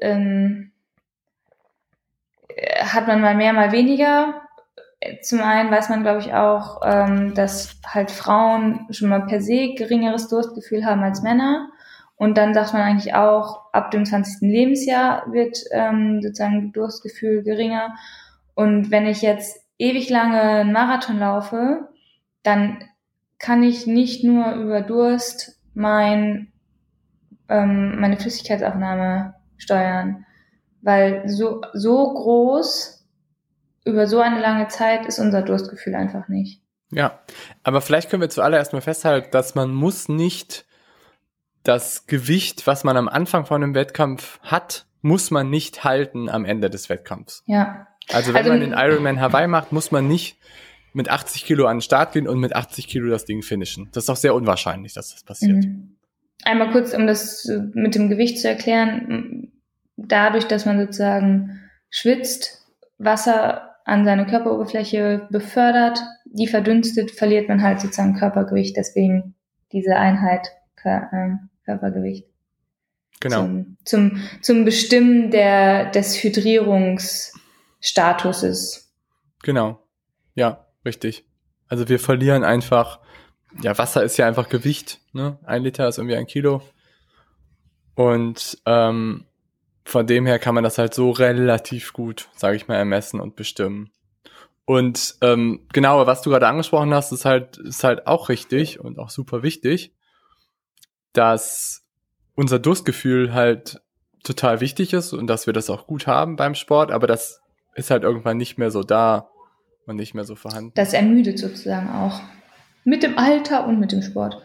hat man mal mehr, mal weniger. Zum einen weiß man, glaube ich, auch, dass halt Frauen schon mal per se geringeres Durstgefühl haben als Männer. Und dann sagt man eigentlich auch, ab dem 20. Lebensjahr wird sozusagen Durstgefühl geringer. Und wenn ich jetzt ewig lange einen Marathon laufe, dann kann ich nicht nur über Durst meine Flüssigkeitsaufnahme steuern. Weil so groß über so eine lange Zeit ist unser Durstgefühl einfach nicht. Ja, aber vielleicht können wir zuallererst mal festhalten, dass man muss nicht das Gewicht, was man am Anfang von einem Wettkampf hat, muss man nicht halten am Ende des Wettkampfs. Ja. Also wenn man den Ironman Hawaii macht, muss man nicht mit 80 Kilo an den Start gehen und mit 80 Kilo das Ding finishen. Das ist auch sehr unwahrscheinlich, dass das passiert. Einmal kurz, um das mit dem Gewicht zu erklären. Dadurch, dass man sozusagen schwitzt, Wasser an seine Körperoberfläche befördert, die verdünstet, verliert man halt sozusagen Körpergewicht. Deswegen diese Einheit Körpergewicht. Genau. Zum Bestimmen des Hydrierungsstatuses. Genau. Ja, richtig. Also wir verlieren einfach, ja, Wasser ist ja einfach Gewicht, ne? 1 Liter ist irgendwie 1 Kilo. Und von dem her kann man das halt so relativ gut, sage ich mal, ermessen und bestimmen. Und genau, was du gerade angesprochen hast, ist halt auch richtig und auch super wichtig, dass unser Durstgefühl halt total wichtig ist und dass wir das auch gut haben beim Sport, aber das ist halt irgendwann nicht mehr so da und nicht mehr so vorhanden. Das ermüdet sozusagen auch. Mit dem Alter und mit dem Sport.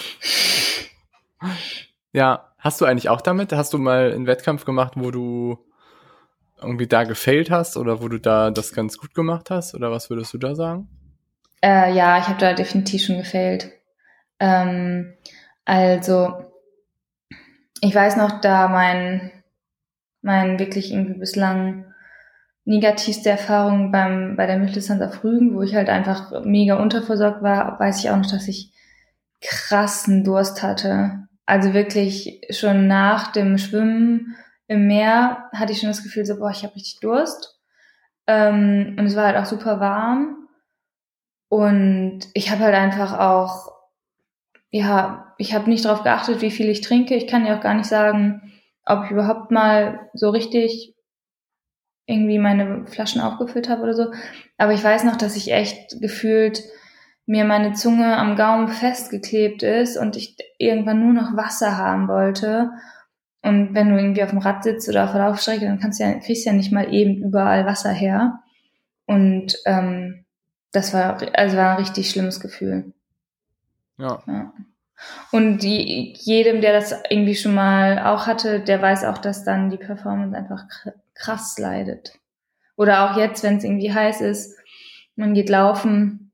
Ja, hast du eigentlich auch damit? Hast du mal einen Wettkampf gemacht, wo du irgendwie da gefailt hast oder wo du da das ganz gut gemacht hast? Oder was würdest du da sagen? Ja, ich habe da definitiv schon gefailt. Also, ich weiß noch, da mein wirklich irgendwie bislang negativste Erfahrung bei der Mitteldistanz auf Rügen, wo ich halt einfach mega unterversorgt war, weiß ich auch noch, dass ich krassen Durst hatte. Also wirklich schon nach dem Schwimmen im Meer hatte ich schon das Gefühl so, boah, ich habe richtig Durst. Und es war halt auch super warm. Und ich habe halt einfach auch, ja, ich habe nicht darauf geachtet, wie viel ich trinke. Ich kann ja auch gar nicht sagen, ob ich überhaupt mal so richtig irgendwie meine Flaschen aufgefüllt habe oder so. Aber ich weiß noch, dass ich echt gefühlt mir meine Zunge am Gaumen festgeklebt ist und ich irgendwann nur noch Wasser haben wollte. Und wenn du irgendwie auf dem Rad sitzt oder auf der Laufstrecke, dann kriegst du ja nicht mal eben überall Wasser her. Und das war ein richtig schlimmes Gefühl. Ja. Und jedem, der das irgendwie schon mal auch hatte, der weiß auch, dass dann die Performance einfach krass leidet. Oder auch jetzt, wenn es irgendwie heiß ist, man geht laufen.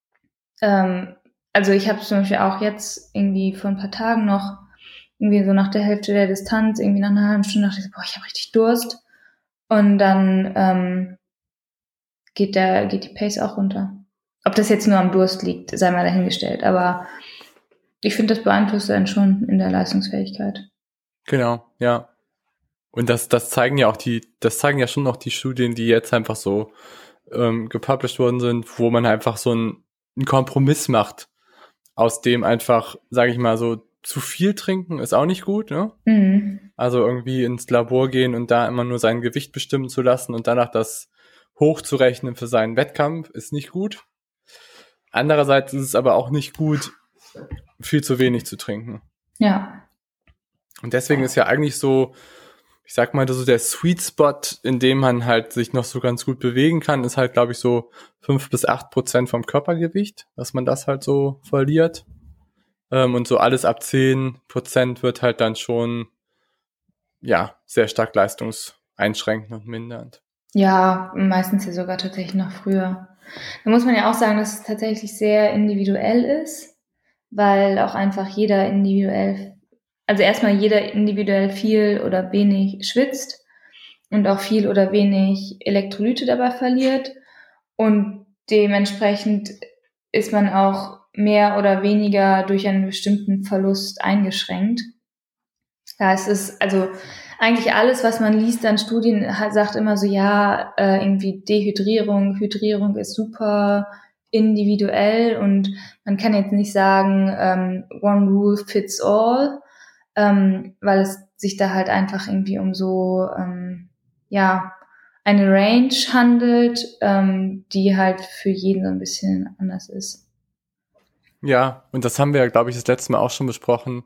Also ich habe zum Beispiel auch jetzt irgendwie vor ein paar Tagen noch irgendwie so nach der Hälfte der Distanz, irgendwie nach einer halben Stunde dachte ich so, boah, ich habe richtig Durst. Und dann geht die Pace auch runter. Ob das jetzt nur am Durst liegt, sei mal dahingestellt. Aber ich finde, das beeinflusst einen schon in der Leistungsfähigkeit. Genau, ja. Und das zeigen ja schon noch die Studien, die jetzt einfach so gepublished worden sind, wo man einfach so einen Kompromiss macht, aus dem einfach, sage ich mal so, zu viel trinken ist auch nicht gut, ne? Mhm. Also irgendwie ins Labor gehen und da immer nur sein Gewicht bestimmen zu lassen und danach das hochzurechnen für seinen Wettkampf ist nicht gut. Andererseits ist es aber auch nicht gut, viel zu wenig zu trinken. Ja. Und deswegen ist ja eigentlich so, ich sag mal, so der Sweet Spot, in dem man halt sich noch so ganz gut bewegen kann, ist halt, glaube ich, so 5-8% vom Körpergewicht, dass man das halt so verliert. Und so alles ab 10% wird halt dann schon, ja, sehr stark leistungseinschränkend und mindernd. Ja, meistens ja sogar tatsächlich noch früher. Da muss man ja auch sagen, dass es tatsächlich sehr individuell ist, weil auch einfach jeder individuell viel oder wenig schwitzt und auch viel oder wenig Elektrolyte dabei verliert. Und dementsprechend ist man auch mehr oder weniger durch einen bestimmten Verlust eingeschränkt. Ja, es ist also eigentlich alles, was man liest an Studien, sagt immer so, ja, irgendwie Dehydrierung, Hydrierung ist super individuell und man kann jetzt nicht sagen, one rule fits all, weil es sich da halt einfach irgendwie um so, eine Range handelt, die halt für jeden so ein bisschen anders ist. Ja, und das haben wir ja, glaube ich, das letzte Mal auch schon besprochen,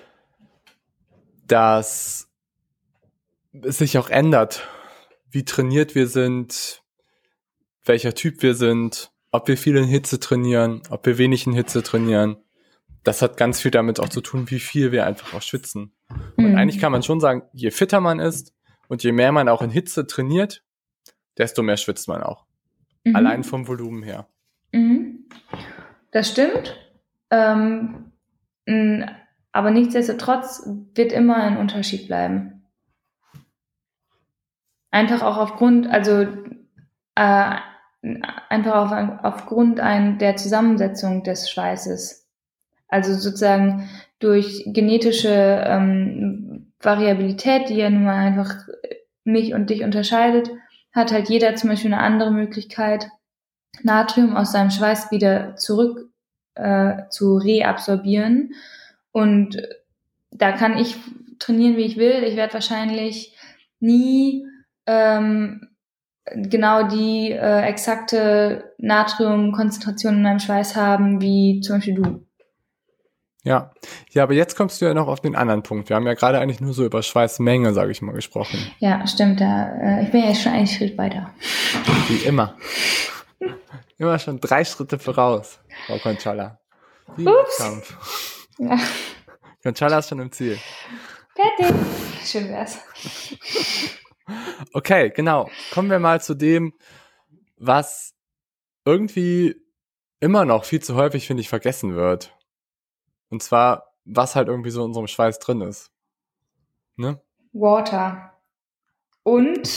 dass es sich auch ändert, wie trainiert wir sind, welcher Typ wir sind, ob wir viel in Hitze trainieren, ob wir wenig in Hitze trainieren. Das hat ganz viel damit auch zu tun, wie viel wir einfach auch schwitzen. Und eigentlich kann man schon sagen, je fitter man ist und je mehr man auch in Hitze trainiert, desto mehr schwitzt man auch. Allein vom Volumen her. Das stimmt. Aber nichtsdestotrotz wird immer ein Unterschied bleiben. Einfach auch aufgrund der Zusammensetzung des Schweißes. Also sozusagen durch genetische Variabilität, die ja nun mal einfach mich und dich unterscheidet, hat halt jeder zum Beispiel eine andere Möglichkeit, Natrium aus seinem Schweiß wieder zurück zu reabsorbieren. Und da kann ich trainieren, wie ich will. Ich werde wahrscheinlich nie genau die exakte Natriumkonzentration in meinem Schweiß haben, wie zum Beispiel du. Ja, aber jetzt kommst du ja noch auf den anderen Punkt. Wir haben ja gerade eigentlich nur so über Schweißmenge, sage ich mal, gesprochen. Ja, stimmt. Ich bin ja jetzt schon einen Schritt weiter. Wie immer. Immer schon 3 Schritte voraus, Frau Conchala. Ups. Ja. Conchala ist schon im Ziel. Fertig. Schön wär's. Okay, genau. Kommen wir mal zu dem, was irgendwie immer noch viel zu häufig, finde ich, vergessen wird. Und zwar, was halt irgendwie so in unserem Schweiß drin ist. Ne? Water. Und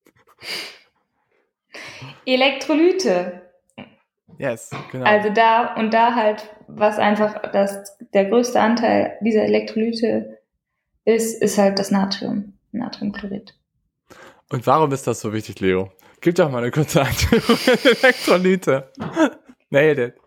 Elektrolyte. Yes, genau. Also da halt, was einfach der größte Anteil dieser Elektrolyte ist halt das Natriumchlorid. Und warum ist das so wichtig, Leo? Gib doch mal eine kurze Einführung in Elektrolyte. Nailed it.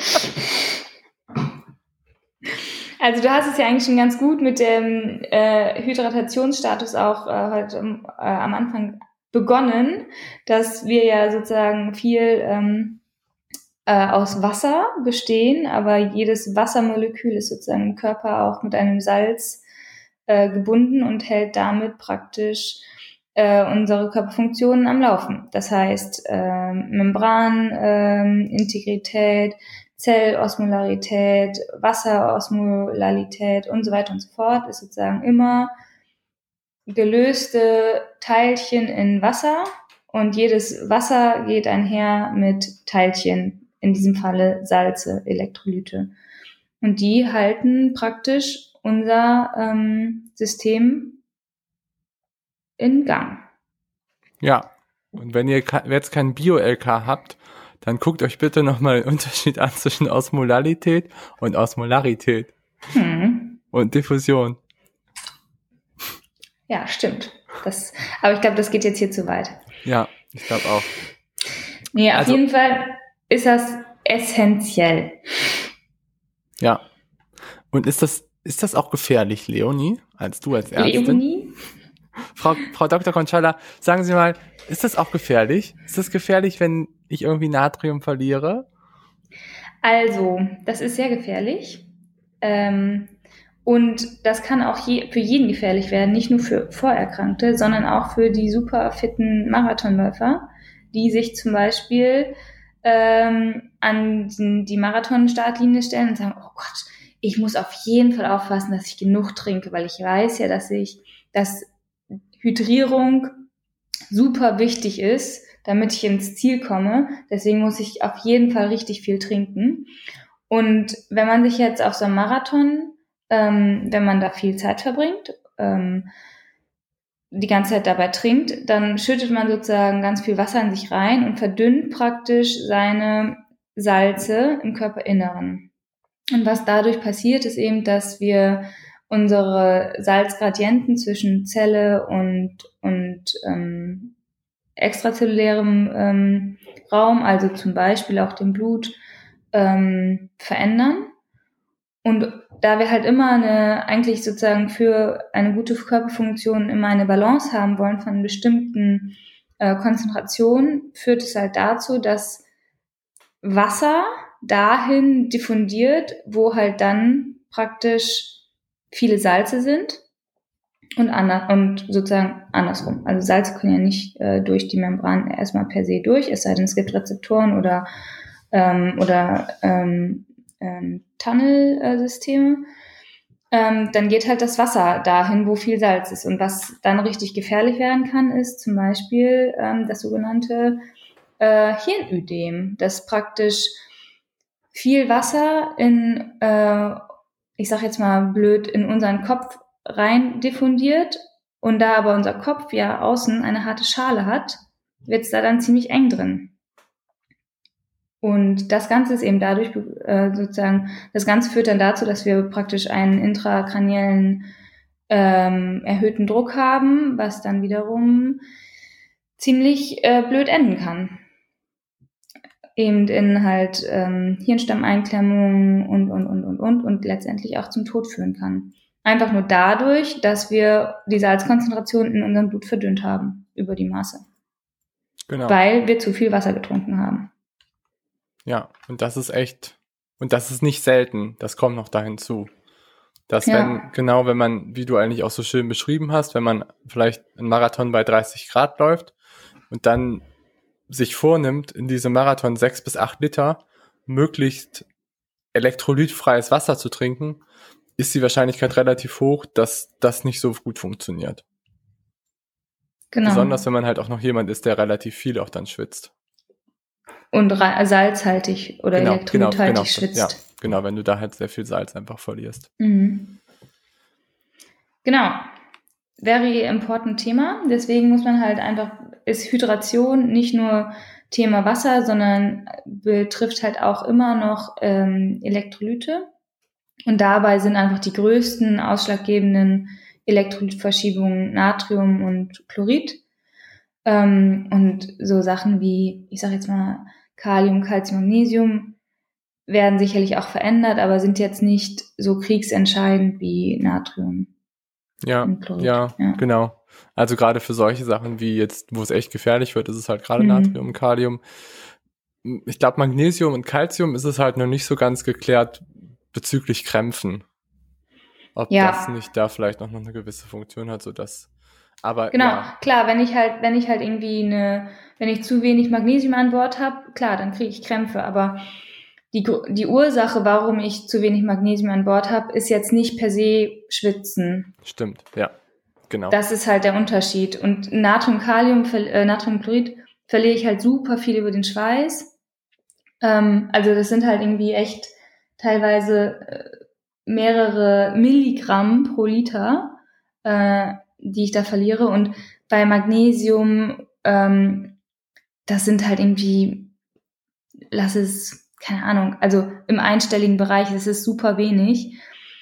Also du hast es ja eigentlich schon ganz gut mit dem Hydratationsstatus auch heute am Anfang begonnen, dass wir ja sozusagen viel aus Wasser bestehen, aber jedes Wassermolekül ist sozusagen im Körper auch mit einem Salz gebunden und hält damit praktisch unsere Körperfunktionen am Laufen. Das heißt Membranintegrität, Zellosmolarität, Wasserosmolarität und so weiter und so fort ist sozusagen immer gelöste Teilchen in Wasser und jedes Wasser geht einher mit Teilchen, in diesem Falle Salze, Elektrolyte. Und die halten praktisch unser System in Gang. Ja, und wenn ihr jetzt kein Bio-LK habt, dann guckt euch bitte nochmal den Unterschied an zwischen Osmolalität und Osmolarität. Und Diffusion. Ja, stimmt. Aber ich glaube, das geht jetzt hier zu weit. Ja, ich glaube auch. Nee, auf jeden Fall ist das essentiell. Ja. Und ist das auch gefährlich, Leonie, als Ärztin? Leonie? Frau Dr. Conchalla, sagen Sie mal, ist das auch gefährlich? Ist das gefährlich, wenn ich irgendwie Natrium verliere? Also, das ist sehr gefährlich. Und das kann auch für jeden gefährlich werden, nicht nur für Vorerkrankte, sondern auch für die super fitten Marathonläufer, die sich zum Beispiel an die Marathon-Startlinie stellen und sagen, oh Gott, ich muss auf jeden Fall aufpassen, dass ich genug trinke, weil ich weiß ja, dass Hydrierung super wichtig ist, damit ich ins Ziel komme. Deswegen muss ich auf jeden Fall richtig viel trinken. Und wenn man sich jetzt auf so einem Marathon, wenn man da viel Zeit verbringt, die ganze Zeit dabei trinkt, dann schüttet man sozusagen ganz viel Wasser in sich rein und verdünnt praktisch seine Salze im Körperinneren. Und was dadurch passiert, ist eben, dass wir unsere Salzgradienten zwischen Zelle und extrazellulärem Raum, also zum Beispiel auch dem Blut, verändern. Und da wir halt immer eigentlich sozusagen für eine gute Körperfunktion immer eine Balance haben wollen von bestimmten Konzentrationen, führt es halt dazu, dass Wasser dahin diffundiert, wo halt dann praktisch viele Salze sind und sozusagen andersrum. Also Salze können ja nicht durch die Membran erstmal per se durch, es sei denn, es gibt Rezeptoren oder Tunnelsysteme. Dann geht halt das Wasser dahin, wo viel Salz ist. Und was dann richtig gefährlich werden kann, ist zum Beispiel das sogenannte Hirnödem, das praktisch viel Wasser ich sag jetzt mal blöd, in unseren Kopf rein diffundiert. Und da aber unser Kopf ja außen eine harte Schale hat, wird es da dann ziemlich eng drin. Und das Ganze ist eben dadurch das Ganze führt dann dazu, dass wir praktisch einen intrakraniellen erhöhten Druck haben, was dann wiederum ziemlich blöd enden kann. Eben in halt Hirnstammeinklemmungen und letztendlich auch zum Tod führen kann. Einfach nur dadurch, dass wir die Salzkonzentration in unserem Blut verdünnt haben über die Maße. Genau. Weil wir zu viel Wasser getrunken haben. Ja, und das ist nicht selten, das kommt noch da hinzu. Dass wenn man, wie du eigentlich auch so schön beschrieben hast, wenn man vielleicht einen Marathon bei 30 Grad läuft und dann sich vornimmt, in diesem Marathon 6 bis 8 Liter möglichst elektrolytfreies Wasser zu trinken, ist die Wahrscheinlichkeit relativ hoch, dass das nicht so gut funktioniert. Genau. Besonders wenn man halt auch noch jemand ist, der relativ viel auch dann schwitzt. Und salzhaltig oder elektrolythaltig schwitzt. Ja, genau, wenn du da halt sehr viel Salz einfach verlierst. Mhm. Genau. Very important Thema. Deswegen muss man halt ist Hydration nicht nur Thema Wasser, sondern betrifft halt auch immer noch Elektrolyte. Und dabei sind einfach die größten ausschlaggebenden Elektrolytverschiebungen Natrium und Chlorid. Und so Sachen wie, ich sag jetzt mal, Kalium, Calcium, Magnesium werden sicherlich auch verändert, aber sind jetzt nicht so kriegsentscheidend wie Natrium. Ja, genau. Also gerade für solche Sachen wie jetzt, wo es echt gefährlich wird, ist es halt gerade Natrium und Kalium. Ich glaube, Magnesium und Calcium ist es halt noch nicht so ganz geklärt bezüglich Krämpfen. Ob das nicht da vielleicht noch eine gewisse Funktion hat, sodass. Aber genau, klar, wenn ich halt irgendwie wenn ich zu wenig Magnesium an Bord habe, klar, dann kriege ich Krämpfe, aber die Ursache, warum ich zu wenig Magnesium an Bord habe, ist jetzt nicht per se Schwitzen. Stimmt, ja, genau. Das ist halt der Unterschied. Und Natriumchlorid verliere ich halt super viel über den Schweiß. Also das sind halt irgendwie echt teilweise mehrere Milligramm pro Liter, die ich da verliere. Und bei Magnesium, das sind halt irgendwie, lass es, keine Ahnung, also im einstelligen Bereich, das ist super wenig.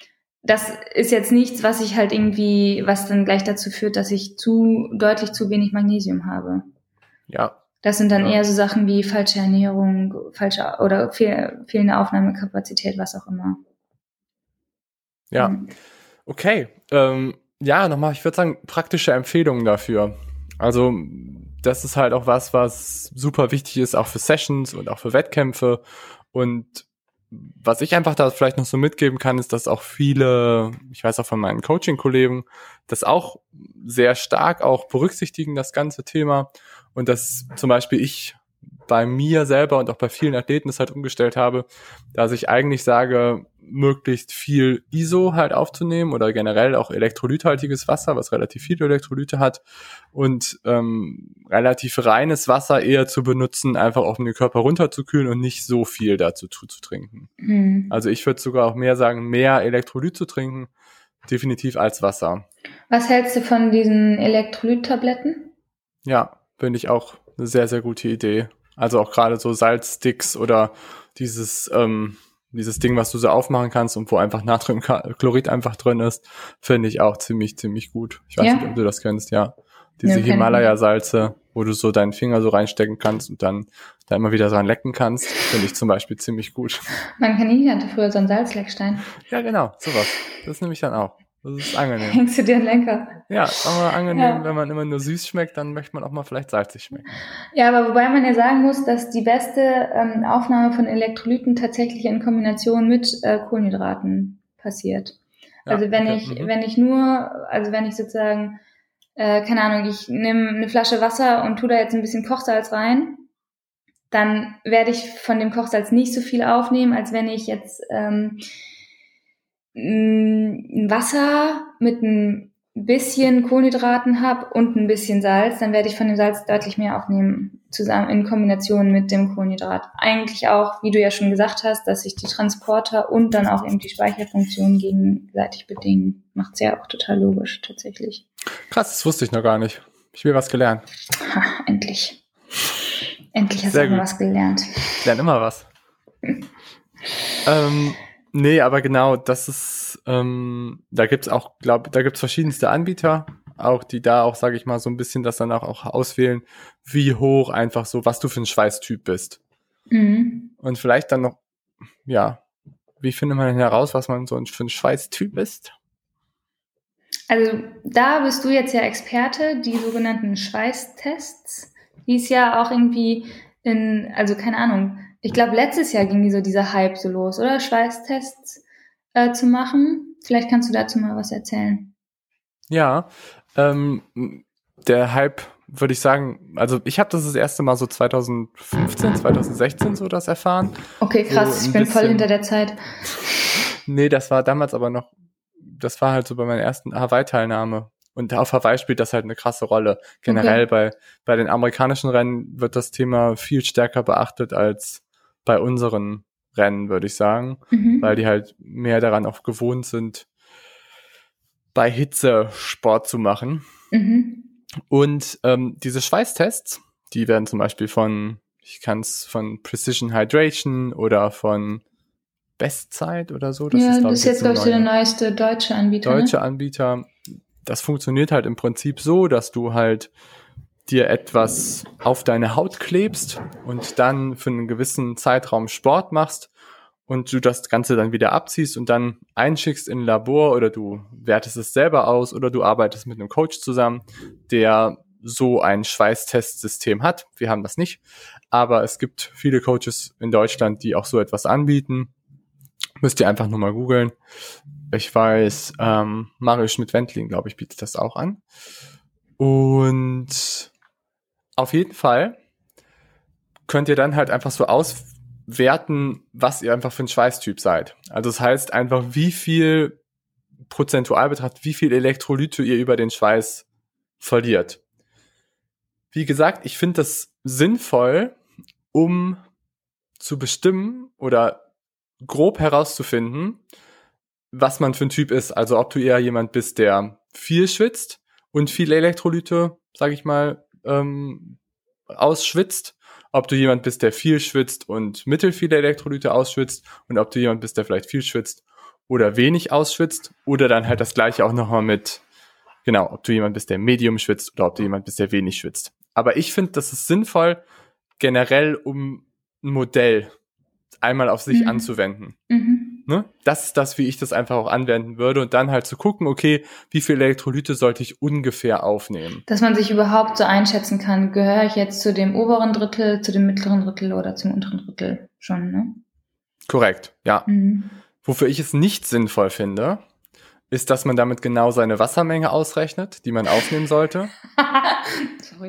das ist jetzt nichts, was dann gleich dazu führt, dass ich deutlich zu wenig Magnesium habe. Ja. Das sind dann eher so Sachen wie falsche Ernährung, oder fehlende Aufnahmekapazität, was auch immer. Ja, okay. Nochmal, ich würde sagen, praktische Empfehlungen dafür. Also das ist halt auch was super wichtig ist, auch für Sessions und auch für Wettkämpfe. Und was ich einfach da vielleicht noch so mitgeben kann, ist, dass auch viele, ich weiß auch von meinen Coaching-Kollegen, das auch sehr stark auch berücksichtigen, das ganze Thema. Und dass zum Beispiel ich bei mir selber und auch bei vielen Athleten das halt umgestellt habe, dass ich eigentlich sage, möglichst viel ISO halt aufzunehmen oder generell auch elektrolythaltiges Wasser, was relativ viele Elektrolyte hat und relativ reines Wasser eher zu benutzen, einfach auch um den Körper runterzukühlen und nicht so viel dazu zu trinken. Also ich würde sogar auch mehr sagen, mehr Elektrolyt zu trinken, definitiv als Wasser. Was hältst du von diesen Elektrolyttabletten? Ja, finde ich auch eine sehr, sehr gute Idee. Also auch gerade so Salzsticks oder dieses Ding, was du so aufmachen kannst und wo einfach Natriumchlorid einfach drin ist, finde ich auch ziemlich, ziemlich gut. Ich weiß nicht, ob du das kennst, ja. Diese Himalaya-Salze, wo du so deinen Finger so reinstecken kannst und dann da immer wieder dran lecken kannst, finde ich zum Beispiel ziemlich gut. Mein Kaninchen hatte früher so einen Salzleckstein. Ja, genau, sowas. Das nehme ich dann auch. Das ist angenehm. Hängst du dir einen Lenker? Ja, aber angenehm, wenn man immer nur süß schmeckt, dann möchte man auch mal vielleicht salzig schmecken. Ja, aber wobei man ja sagen muss, dass die beste Aufnahme von Elektrolyten tatsächlich in Kombination mit Kohlenhydraten passiert. Ja, also wenn ich sozusagen, keine Ahnung, ich nehme eine Flasche Wasser und tue da jetzt ein bisschen Kochsalz rein, dann werde ich von dem Kochsalz nicht so viel aufnehmen, als wenn ich jetzt Wasser mit ein bisschen Kohlenhydraten habe und ein bisschen Salz, dann werde ich von dem Salz deutlich mehr aufnehmen, zusammen in Kombination mit dem Kohlenhydrat. Eigentlich auch, wie du ja schon gesagt hast, dass sich die Transporter und dann auch eben die Speicherfunktion gegenseitig bedingen. Macht's ja auch total logisch, tatsächlich. Krass, das wusste ich noch gar nicht. Ich will was gelernt. Ha, endlich. Endlich hast du mal was gelernt. Ich lerne immer was. Nee, aber genau, das ist, da gibt's verschiedenste Anbieter, auch die da auch, sage ich mal, so ein bisschen das dann auch auswählen, wie hoch einfach so, was du für ein Schweißtyp bist. Und vielleicht dann noch, ja, wie findet man denn heraus, was man so für ein Schweißtyp ist? Also da bist du jetzt ja Experte, die sogenannten Schweißtests, die ist ja auch irgendwie also keine Ahnung, ich glaube, letztes Jahr ging dieser Hype so los, oder? Schweißtests zu machen. Vielleicht kannst du dazu mal was erzählen. Ja, der Hype, würde ich sagen, also ich habe das erste Mal so 2015, 2016 so das erfahren. Okay, krass, so ich bin voll hinter der Zeit. Nee, das war damals aber noch, das war halt so bei meiner ersten Hawaii-Teilnahme. Und auf Hawaii spielt das halt eine krasse Rolle. Generell bei den amerikanischen Rennen wird das Thema viel stärker beachtet als bei unseren Rennen, würde ich sagen, weil die halt mehr daran auch gewohnt sind, bei Hitze Sport zu machen. Und diese Schweißtests, die werden zum Beispiel von Precision Hydration oder von Bestzeit oder so. Das ist jetzt, glaube ich, der neueste deutsche Anbieter. Anbieter. Das funktioniert halt im Prinzip so, dass du halt dir etwas auf deine Haut klebst und dann für einen gewissen Zeitraum Sport machst und du das Ganze dann wieder abziehst und dann einschickst in ein Labor oder du wertest es selber aus oder du arbeitest mit einem Coach zusammen, der so ein Schweißtestsystem hat. Wir haben das nicht, aber es gibt viele Coaches in Deutschland, die auch so etwas anbieten. Müsst ihr einfach nur mal googeln. Ich weiß, Mario Schmidt-Wendling, glaube ich, bietet das auch an. Und auf jeden Fall könnt ihr dann halt einfach so auswerten, was ihr einfach für ein Schweißtyp seid. Also das heißt einfach, wie viel prozentual betrachtet, wie viel Elektrolyte ihr über den Schweiß verliert. Wie gesagt, ich finde das sinnvoll, um zu bestimmen oder grob herauszufinden, was man für ein Typ ist. Also ob du eher jemand bist, der viel schwitzt und viele Elektrolyte, sage ich mal, ausschwitzt, ob du jemand bist, der viel schwitzt und mittelfiele Elektrolyte ausschwitzt und ob du jemand bist, der vielleicht viel schwitzt oder wenig ausschwitzt oder dann halt das gleiche auch nochmal mit, genau, ob du jemand bist, der Medium schwitzt oder ob du jemand bist, der wenig schwitzt. Aber ich finde, das ist sinnvoll, generell um ein Modell einmal auf sich anzuwenden. Ne? Das ist das, wie ich das einfach auch anwenden würde und dann halt zu gucken, okay, wie viele Elektrolyte sollte ich ungefähr aufnehmen? Dass man sich überhaupt so einschätzen kann, gehöre ich jetzt zu dem oberen Drittel, zu dem mittleren Drittel oder zum unteren Drittel schon, ne? Korrekt, ja. Wofür ich es nicht sinnvoll finde, ist, dass man damit genau seine Wassermenge ausrechnet, die man aufnehmen sollte. Sorry.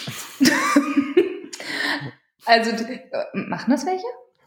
Also, machen das welche?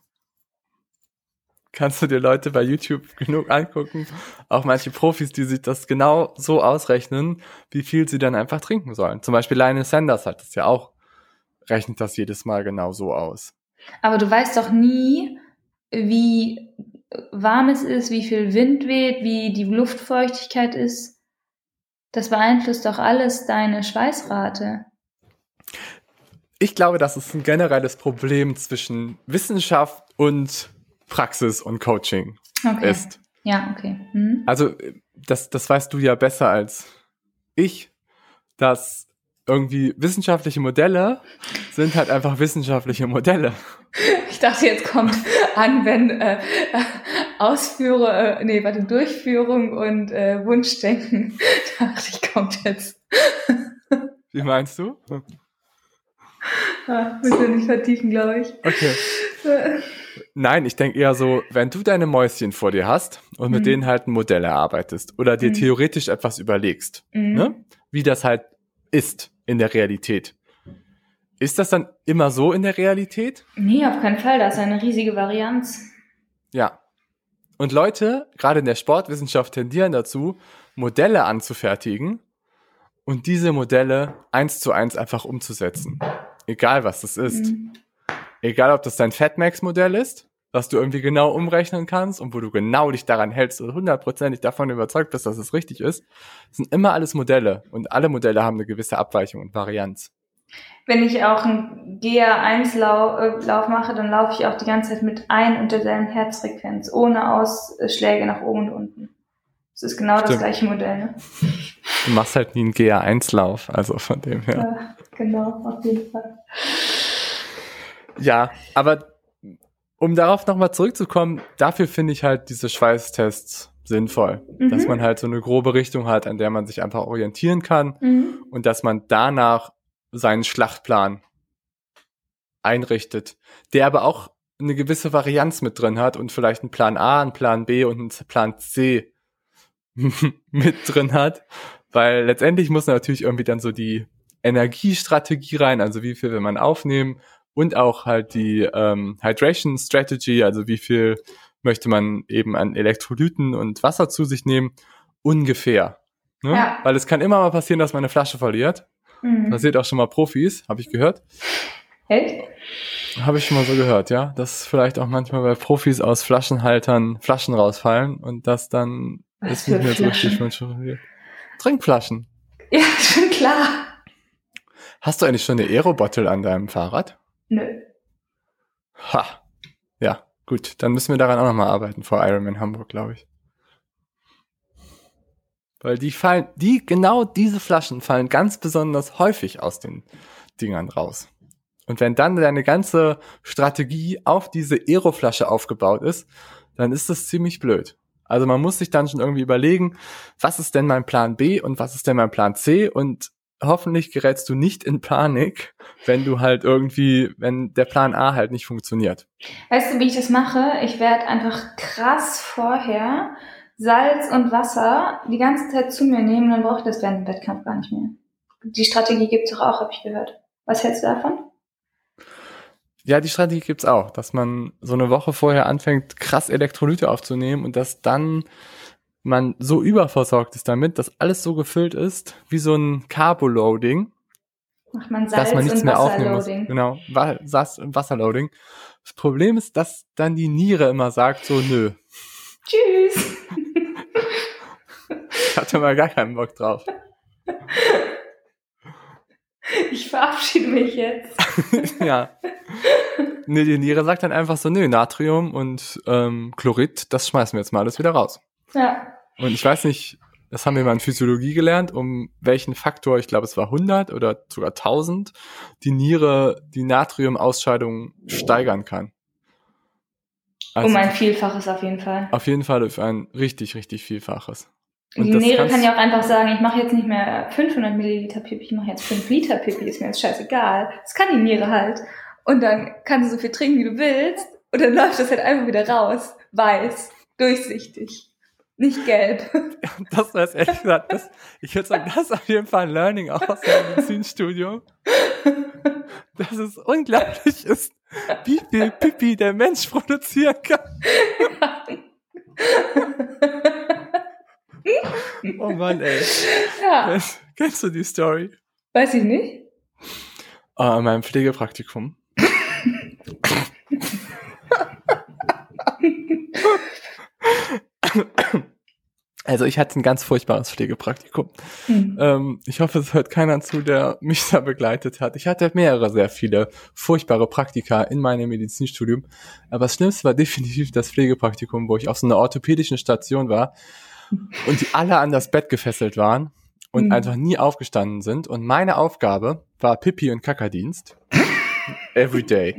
Kannst du dir Leute bei YouTube genug angucken, auch manche Profis, die sich das genau so ausrechnen, wie viel sie dann einfach trinken sollen. Zum Beispiel Lionel Sanders hat das ja auch, rechnet das jedes Mal genau so aus. Aber du weißt doch nie, wie warm es ist, wie viel Wind weht, wie die Luftfeuchtigkeit ist. Das beeinflusst doch alles deine Schweißrate. Ich glaube, das ist ein generelles Problem zwischen Wissenschaft und Praxis und Coaching ist. Ja, okay. Also das weißt du ja besser als ich, dass irgendwie wissenschaftliche Modelle sind halt einfach wissenschaftliche Modelle. Ich dachte, jetzt kommt Durchführung und Wunschdenken. Dachte ich, kommt jetzt. Wie meinst du? Müssen wir nicht vertiefen, glaube ich. Okay. Nein, ich denke eher so, wenn du deine Mäuschen vor dir hast und mit denen halt ein Modell erarbeitest oder dir theoretisch etwas überlegst, ne? Wie das halt ist in der Realität. Ist das dann immer so in der Realität? Nee, auf keinen Fall. Das ist eine riesige Varianz. Ja. Und Leute, gerade in der Sportwissenschaft, tendieren dazu, Modelle anzufertigen und diese Modelle 1:1 einfach umzusetzen. Egal, was das ist. Egal, ob das dein Fatmax-Modell ist, was du irgendwie genau umrechnen kannst und wo du genau dich daran hältst und 100%ig davon überzeugt bist, dass es richtig ist, sind immer alles Modelle und alle Modelle haben eine gewisse Abweichung und Varianz. Wenn ich auch einen GA1-Lauf mache, dann laufe ich auch die ganze Zeit mit ein und derselben Herzfrequenz, ohne Ausschläge nach oben und unten. Das ist genau das gleiche Modell, ne? Du machst halt nie einen GA1-Lauf, also von dem her. Ja, genau, auf jeden Fall. Ja, aber um darauf nochmal zurückzukommen, dafür finde ich halt diese Schweißtests sinnvoll. Dass man halt so eine grobe Richtung hat, an der man sich einfach orientieren kann und dass man danach seinen Schlachtplan einrichtet, der aber auch eine gewisse Varianz mit drin hat und vielleicht einen Plan A, einen Plan B und einen Plan C mit drin hat, weil letztendlich muss natürlich irgendwie dann so die Energiestrategie rein, also wie viel will man aufnehmen und auch halt die Hydration Strategy, also wie viel möchte man eben an Elektrolyten und Wasser zu sich nehmen, ungefähr. Ne? Ja. Weil es kann immer mal passieren, dass man eine Flasche verliert. Passiert auch schon mal Profis, habe ich gehört. Echt? Habe ich schon mal so gehört, ja. Dass vielleicht auch manchmal bei Profis aus Flaschenhaltern Flaschen rausfallen und das dann ist nicht mehr so richtig funktioniert. Trinkflaschen. Ja, schon klar. Hast du eigentlich schon eine Aero-Bottle an deinem Fahrrad? Nö. Ha. Ja, gut. Dann müssen wir daran auch nochmal arbeiten vor Ironman Hamburg, glaube ich. Weil genau diese Flaschen fallen ganz besonders häufig aus den Dingern raus. Und wenn dann deine ganze Strategie auf diese Aeroflasche aufgebaut ist, dann ist das ziemlich blöd. Also man muss sich dann schon irgendwie überlegen, was ist denn mein Plan B und was ist denn mein Plan C und hoffentlich gerätst du nicht in Panik, wenn der Plan A halt nicht funktioniert. Weißt du, wie ich das mache? Ich werde einfach krass vorher Salz und Wasser die ganze Zeit zu mir nehmen, dann brauche ich das während dem Wettkampf gar nicht mehr. Die Strategie gibt's doch auch, habe ich gehört. Was hältst du davon? Ja, die Strategie gibt's auch, dass man so eine Woche vorher anfängt, krass Elektrolyte aufzunehmen und dass dann man so überversorgt ist damit, dass alles so gefüllt ist, wie so ein Carboloading. Macht man Salz dass man nichts und mehr aufnehmen muss. Wasserloading. Genau, Wasserloading. Das Problem ist, dass dann die Niere immer sagt so, nö. Tschüss. Ich hatte mal gar keinen Bock drauf. Ich verabschiede mich jetzt. Ja. Nee, die Niere sagt dann einfach so, nö, Natrium und Chlorid, das schmeißen wir jetzt mal alles wieder raus. Ja. Und ich weiß nicht, das haben wir mal in Physiologie gelernt, um welchen Faktor, ich glaube es war 100 oder sogar 1000, die Niere die Natriumausscheidung steigern kann. Also Um ein Vielfaches auf jeden Fall. auf jeden Fall auf ein richtig, richtig Vielfaches. Und Die das Niere kannst- kann ja auch einfach sagen, ich mache jetzt nicht mehr 500 Milliliter Pipi, ich mache jetzt 5 Liter Pipi, ist mir jetzt scheißegal. Das kann die Niere halt. Und dann kannst du so viel trinken, wie du willst. Und dann läuft das halt einfach wieder raus. Weiß. Durchsichtig. Nicht gelb. Das war jetzt ehrlich gesagt, ich würde sagen, das ist auf jeden Fall ein Learning auch aus dem Medizinstudium. Dass es unglaublich ist, wie viel Pipi der Mensch produzieren kann. Oh Mann, ey. Ja. Kennst du die Story? Weiß ich nicht. In meinem Pflegepraktikum. Also ich hatte ein ganz furchtbares Pflegepraktikum. Ich hoffe, es hört keiner zu, der mich da begleitet hat. Ich hatte sehr viele furchtbare Praktika in meinem Medizinstudium. Aber das Schlimmste war definitiv das Pflegepraktikum, wo ich auf so einer orthopädischen Station war und die alle an das Bett gefesselt waren und einfach nie aufgestanden sind. Und meine Aufgabe war Pipi- und Kakadienst. Every day.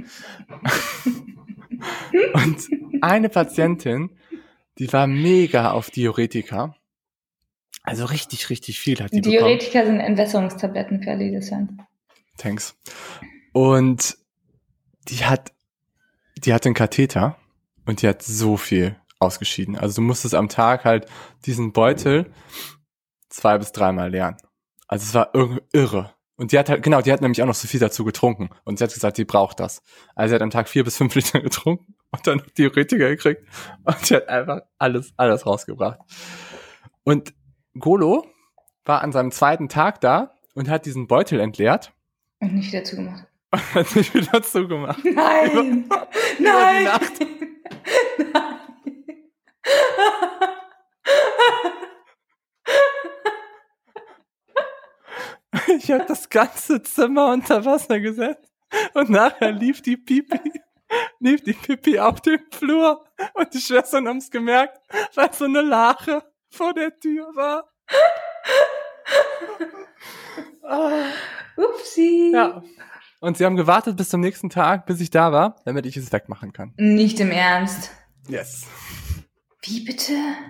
Und eine Patientin, die war mega auf Diuretika. Also richtig, richtig viel hat die bekommen. Diuretika sind Entwässerungstabletten für alle, die das hören. Thanks. Und die hatte einen Katheter und die hat so viel ausgeschieden. Also du musstest am Tag halt diesen Beutel 2 bis 3 Mal leeren. Also es war irre. Und die hat nämlich auch noch so viel dazu getrunken. Und sie hat gesagt, sie braucht das. Also sie hat am Tag 4 bis 5 Liter getrunken und dann Diuretika gekriegt. Und sie hat einfach alles rausgebracht. Und Golo war an seinem 2. Tag da und hat diesen Beutel entleert. Und nicht wieder zugemacht. Und hat nicht wieder zugemacht. Nein! Über die Nein! Nacht. Nein! Ich habe das ganze Zimmer unter Wasser gesetzt und nachher lief die Pipi auf dem Flur und die Schwestern haben es gemerkt, weil so eine Lache vor der Tür war. Upsi! Ja. Und sie haben gewartet bis zum nächsten Tag, bis ich da war, damit ich es wegmachen kann. Nicht im Ernst. Yes. Wie bitte?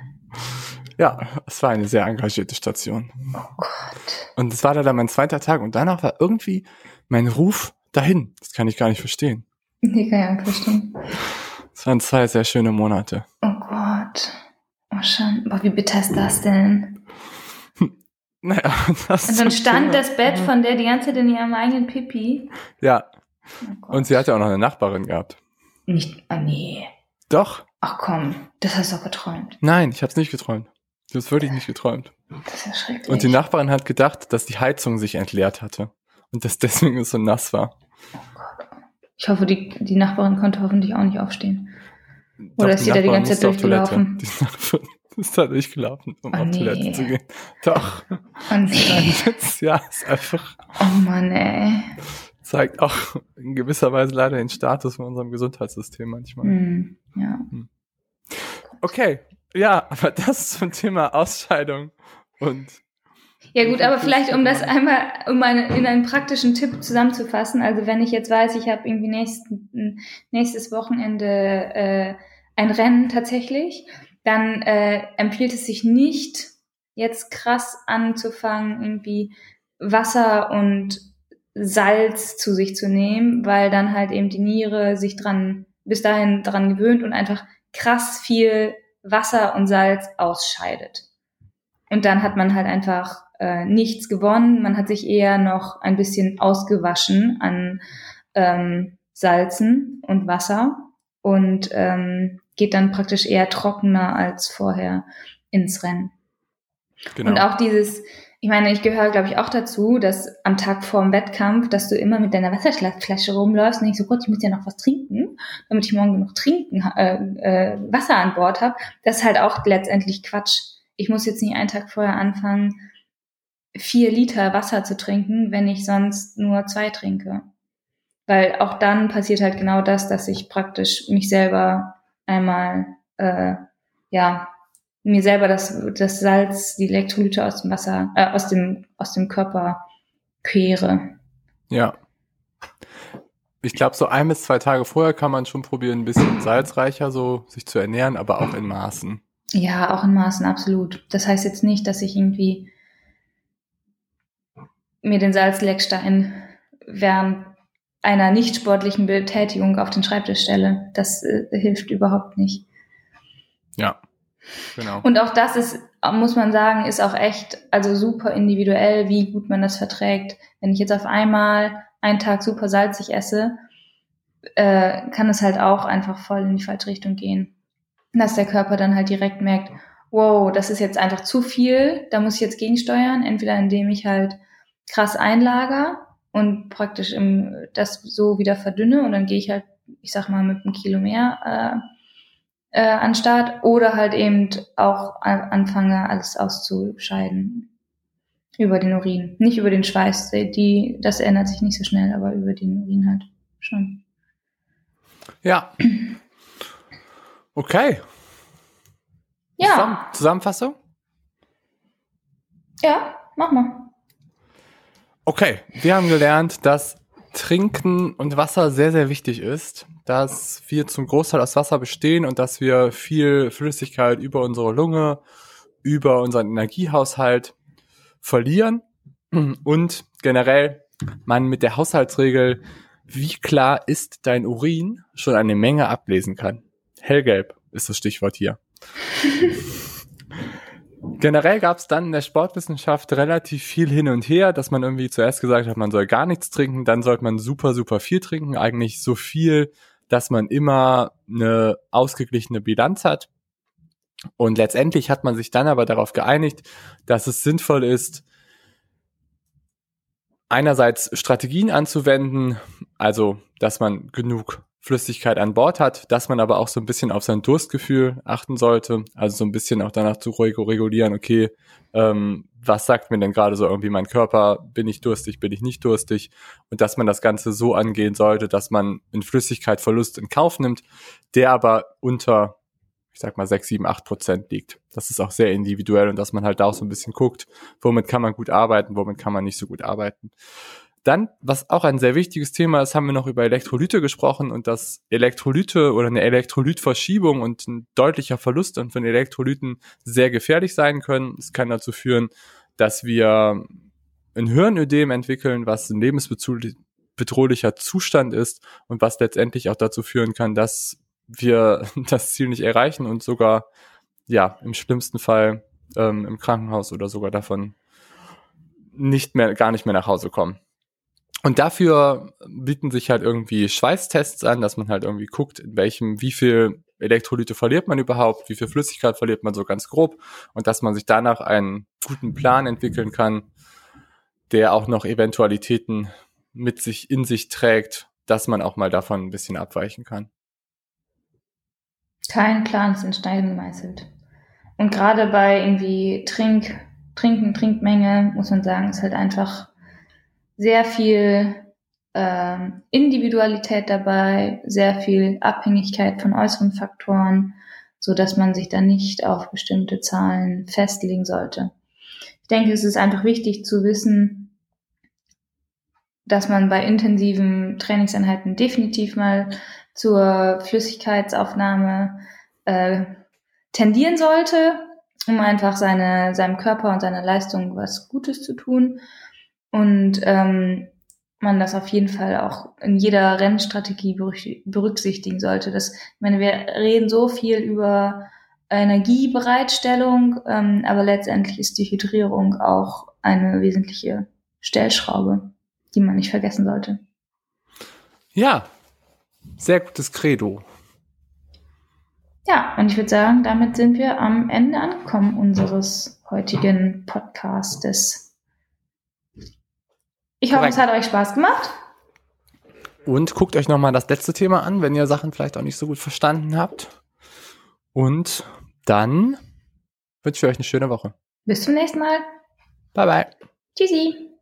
Ja, es war eine sehr engagierte Station. Oh Gott. Und es war dann mein 2. Tag und danach war irgendwie mein Ruf dahin. Das kann ich gar nicht verstehen. Nee, kann ich auch nicht verstehen. Es waren 2 sehr schöne Monate. Oh Gott. Oh schon. Boah, wie bitter ist das denn? Naja, das Und dann zum stand Thema. das Bett von der die ganze Zeit in ihrem eigenen Pipi. Ja, Oh Gott. und sie hatte auch noch eine Nachbarin gehabt. Nicht, nee. Doch. Ach komm, das hast du doch geträumt. Nein, ich habe es nicht geträumt. Ich habe es wirklich nicht geträumt. Das ist ja schrecklich. Und die Nachbarin hat gedacht, dass die Heizung sich entleert hatte. Und dass deswegen es so nass war. Oh Gott. Ich hoffe, die Nachbarin konnte hoffentlich auch nicht aufstehen. Oder Doch, ist sie da die Nachbarin ganze Zeit musste auf durchgelaufen? Toilette. Die Nachbarin ist da durchgelaufen, um Oh, auf nee. Toilette zu gehen. Doch. Oh Ein nee. Witz, ja, ist einfach, Oh Mann, ey. zeigt auch in gewisser Weise leider den Status von unserem Gesundheitssystem manchmal. Ja. Okay, ja, aber das zum Thema Ausscheidung und Ja gut, aber vielleicht um das einmal in einen praktischen Tipp zusammenzufassen, also wenn ich jetzt weiß, ich habe irgendwie nächstes Wochenende ein Rennen tatsächlich, dann empfiehlt es sich nicht, jetzt krass anzufangen, irgendwie Wasser und Salz zu sich zu nehmen, weil dann halt eben die Niere sich bis dahin dran gewöhnt und einfach krass viel Wasser und Salz ausscheidet. Und dann hat man halt einfach nichts gewonnen. Man hat sich eher noch ein bisschen ausgewaschen an Salzen und Wasser und geht dann praktisch eher trockener als vorher ins Rennen. genau. Und auch ich meine, ich gehöre, glaube ich, auch dazu, dass am Tag vor dem Wettkampf, dass du immer mit deiner Wasserflasche rumläufst und ich so, Gott, ich muss ja noch was trinken, damit ich morgen genug Wasser an Bord habe. Das ist halt auch letztendlich Quatsch. Ich muss jetzt nicht einen Tag vorher anfangen, 4 Liter Wasser zu trinken, wenn ich sonst nur 2 trinke. Weil auch dann passiert halt genau das, dass ich praktisch mich selber einmal, mir selber das Salz, die Elektrolyte aus dem Wasser, aus dem Körper kehre. Ja. Ich glaube, so 1 bis 2 Tage vorher kann man schon probieren, ein bisschen salzreicher so sich zu ernähren, aber auch in Maßen. Ja, auch in Maßen, absolut. Das heißt jetzt nicht, dass ich irgendwie mir den Salzleckstein während einer nicht sportlichen Betätigung auf den Schreibtisch stelle. Das hilft überhaupt nicht. Ja, genau. Und auch das ist, muss man sagen, ist auch echt, also super individuell, wie gut man das verträgt. Wenn ich jetzt auf einmal einen Tag super salzig esse, kann es halt auch einfach voll in die falsche Richtung gehen. Dass der Körper dann halt direkt merkt, wow, das ist jetzt einfach zu viel, da muss ich jetzt gegensteuern, entweder indem ich halt krass einlager und praktisch das so wieder verdünne und dann gehe ich halt, ich sag mal, mit 1 Kilo mehr an Start oder halt eben auch anfange, alles auszuscheiden über den Urin. Nicht über den Schweiß, das ändert sich nicht so schnell, aber über den Urin halt schon. Ja. Okay. Ja. Zusammenfassung? Ja, mach mal. Okay, wir haben gelernt, dass Trinken und Wasser sehr, sehr wichtig ist, dass wir zum Großteil aus Wasser bestehen und dass wir viel Flüssigkeit über unsere Lunge, über unseren Energiehaushalt verlieren und generell man mit der Haushaltsregel, wie klar ist dein Urin, schon eine Menge ablesen kann. Hellgelb ist das Stichwort hier. Generell gab es dann in der Sportwissenschaft relativ viel hin und her, dass man irgendwie zuerst gesagt hat, man soll gar nichts trinken, dann sollte man super, super viel trinken, eigentlich so viel, dass man immer eine ausgeglichene Bilanz hat. Und letztendlich hat man sich dann aber darauf geeinigt, dass es sinnvoll ist, einerseits Strategien anzuwenden, also dass man genug Flüssigkeit an Bord hat, dass man aber auch so ein bisschen auf sein Durstgefühl achten sollte, also so ein bisschen auch danach zu regulieren, okay, was sagt mir denn gerade so irgendwie mein Körper, bin ich durstig, bin ich nicht durstig, und dass man das Ganze so angehen sollte, dass man einen Flüssigkeitsverlust in Kauf nimmt, der aber unter, ich sag mal 6, 7, 8% liegt. Das ist auch sehr individuell und dass man halt da auch so ein bisschen guckt, womit kann man gut arbeiten, womit kann man nicht so gut arbeiten. Dann, was auch ein sehr wichtiges Thema ist, haben wir noch über Elektrolyte gesprochen und dass Elektrolyte oder eine Elektrolytverschiebung und ein deutlicher Verlust von Elektrolyten sehr gefährlich sein können. Es kann dazu führen, dass wir ein Hirnödem entwickeln, was ein lebensbedrohlicher Zustand ist und was letztendlich auch dazu führen kann, dass wir das Ziel nicht erreichen und sogar, ja, im schlimmsten Fall im Krankenhaus oder sogar davon gar nicht mehr nach Hause kommen. Und dafür bieten sich halt irgendwie Schweißtests an, dass man halt irgendwie guckt, wie viel Elektrolyte verliert man überhaupt, wie viel Flüssigkeit verliert man so ganz grob und dass man sich danach einen guten Plan entwickeln kann, der auch noch Eventualitäten in sich trägt, dass man auch mal davon ein bisschen abweichen kann. Kein Plan ist in Stein gemeißelt. Und gerade bei irgendwie Trinkmenge, muss man sagen, ist halt einfach sehr viel Individualität dabei, sehr viel Abhängigkeit von äußeren Faktoren, so dass man sich dann nicht auf bestimmte Zahlen festlegen sollte. Ich denke, es ist einfach wichtig zu wissen, dass man bei intensiven Trainingseinheiten definitiv mal zur Flüssigkeitsaufnahme tendieren sollte, um einfach seinem Körper und seiner Leistung was Gutes zu tun. Und man das auf jeden Fall auch in jeder Rennstrategie berücksichtigen sollte. Ich meine, wir reden so viel über Energiebereitstellung, aber letztendlich ist die Hydrierung auch eine wesentliche Stellschraube, die man nicht vergessen sollte. Ja, sehr gutes Credo. Ja, und ich würde sagen, damit sind wir am Ende angekommen unseres heutigen Podcastes. Ich hoffe, es hat euch Spaß gemacht. Und guckt euch nochmal das letzte Thema an, wenn ihr Sachen vielleicht auch nicht so gut verstanden habt. Und dann wünsche ich euch eine schöne Woche. Bis zum nächsten Mal. Bye, bye. Tschüssi!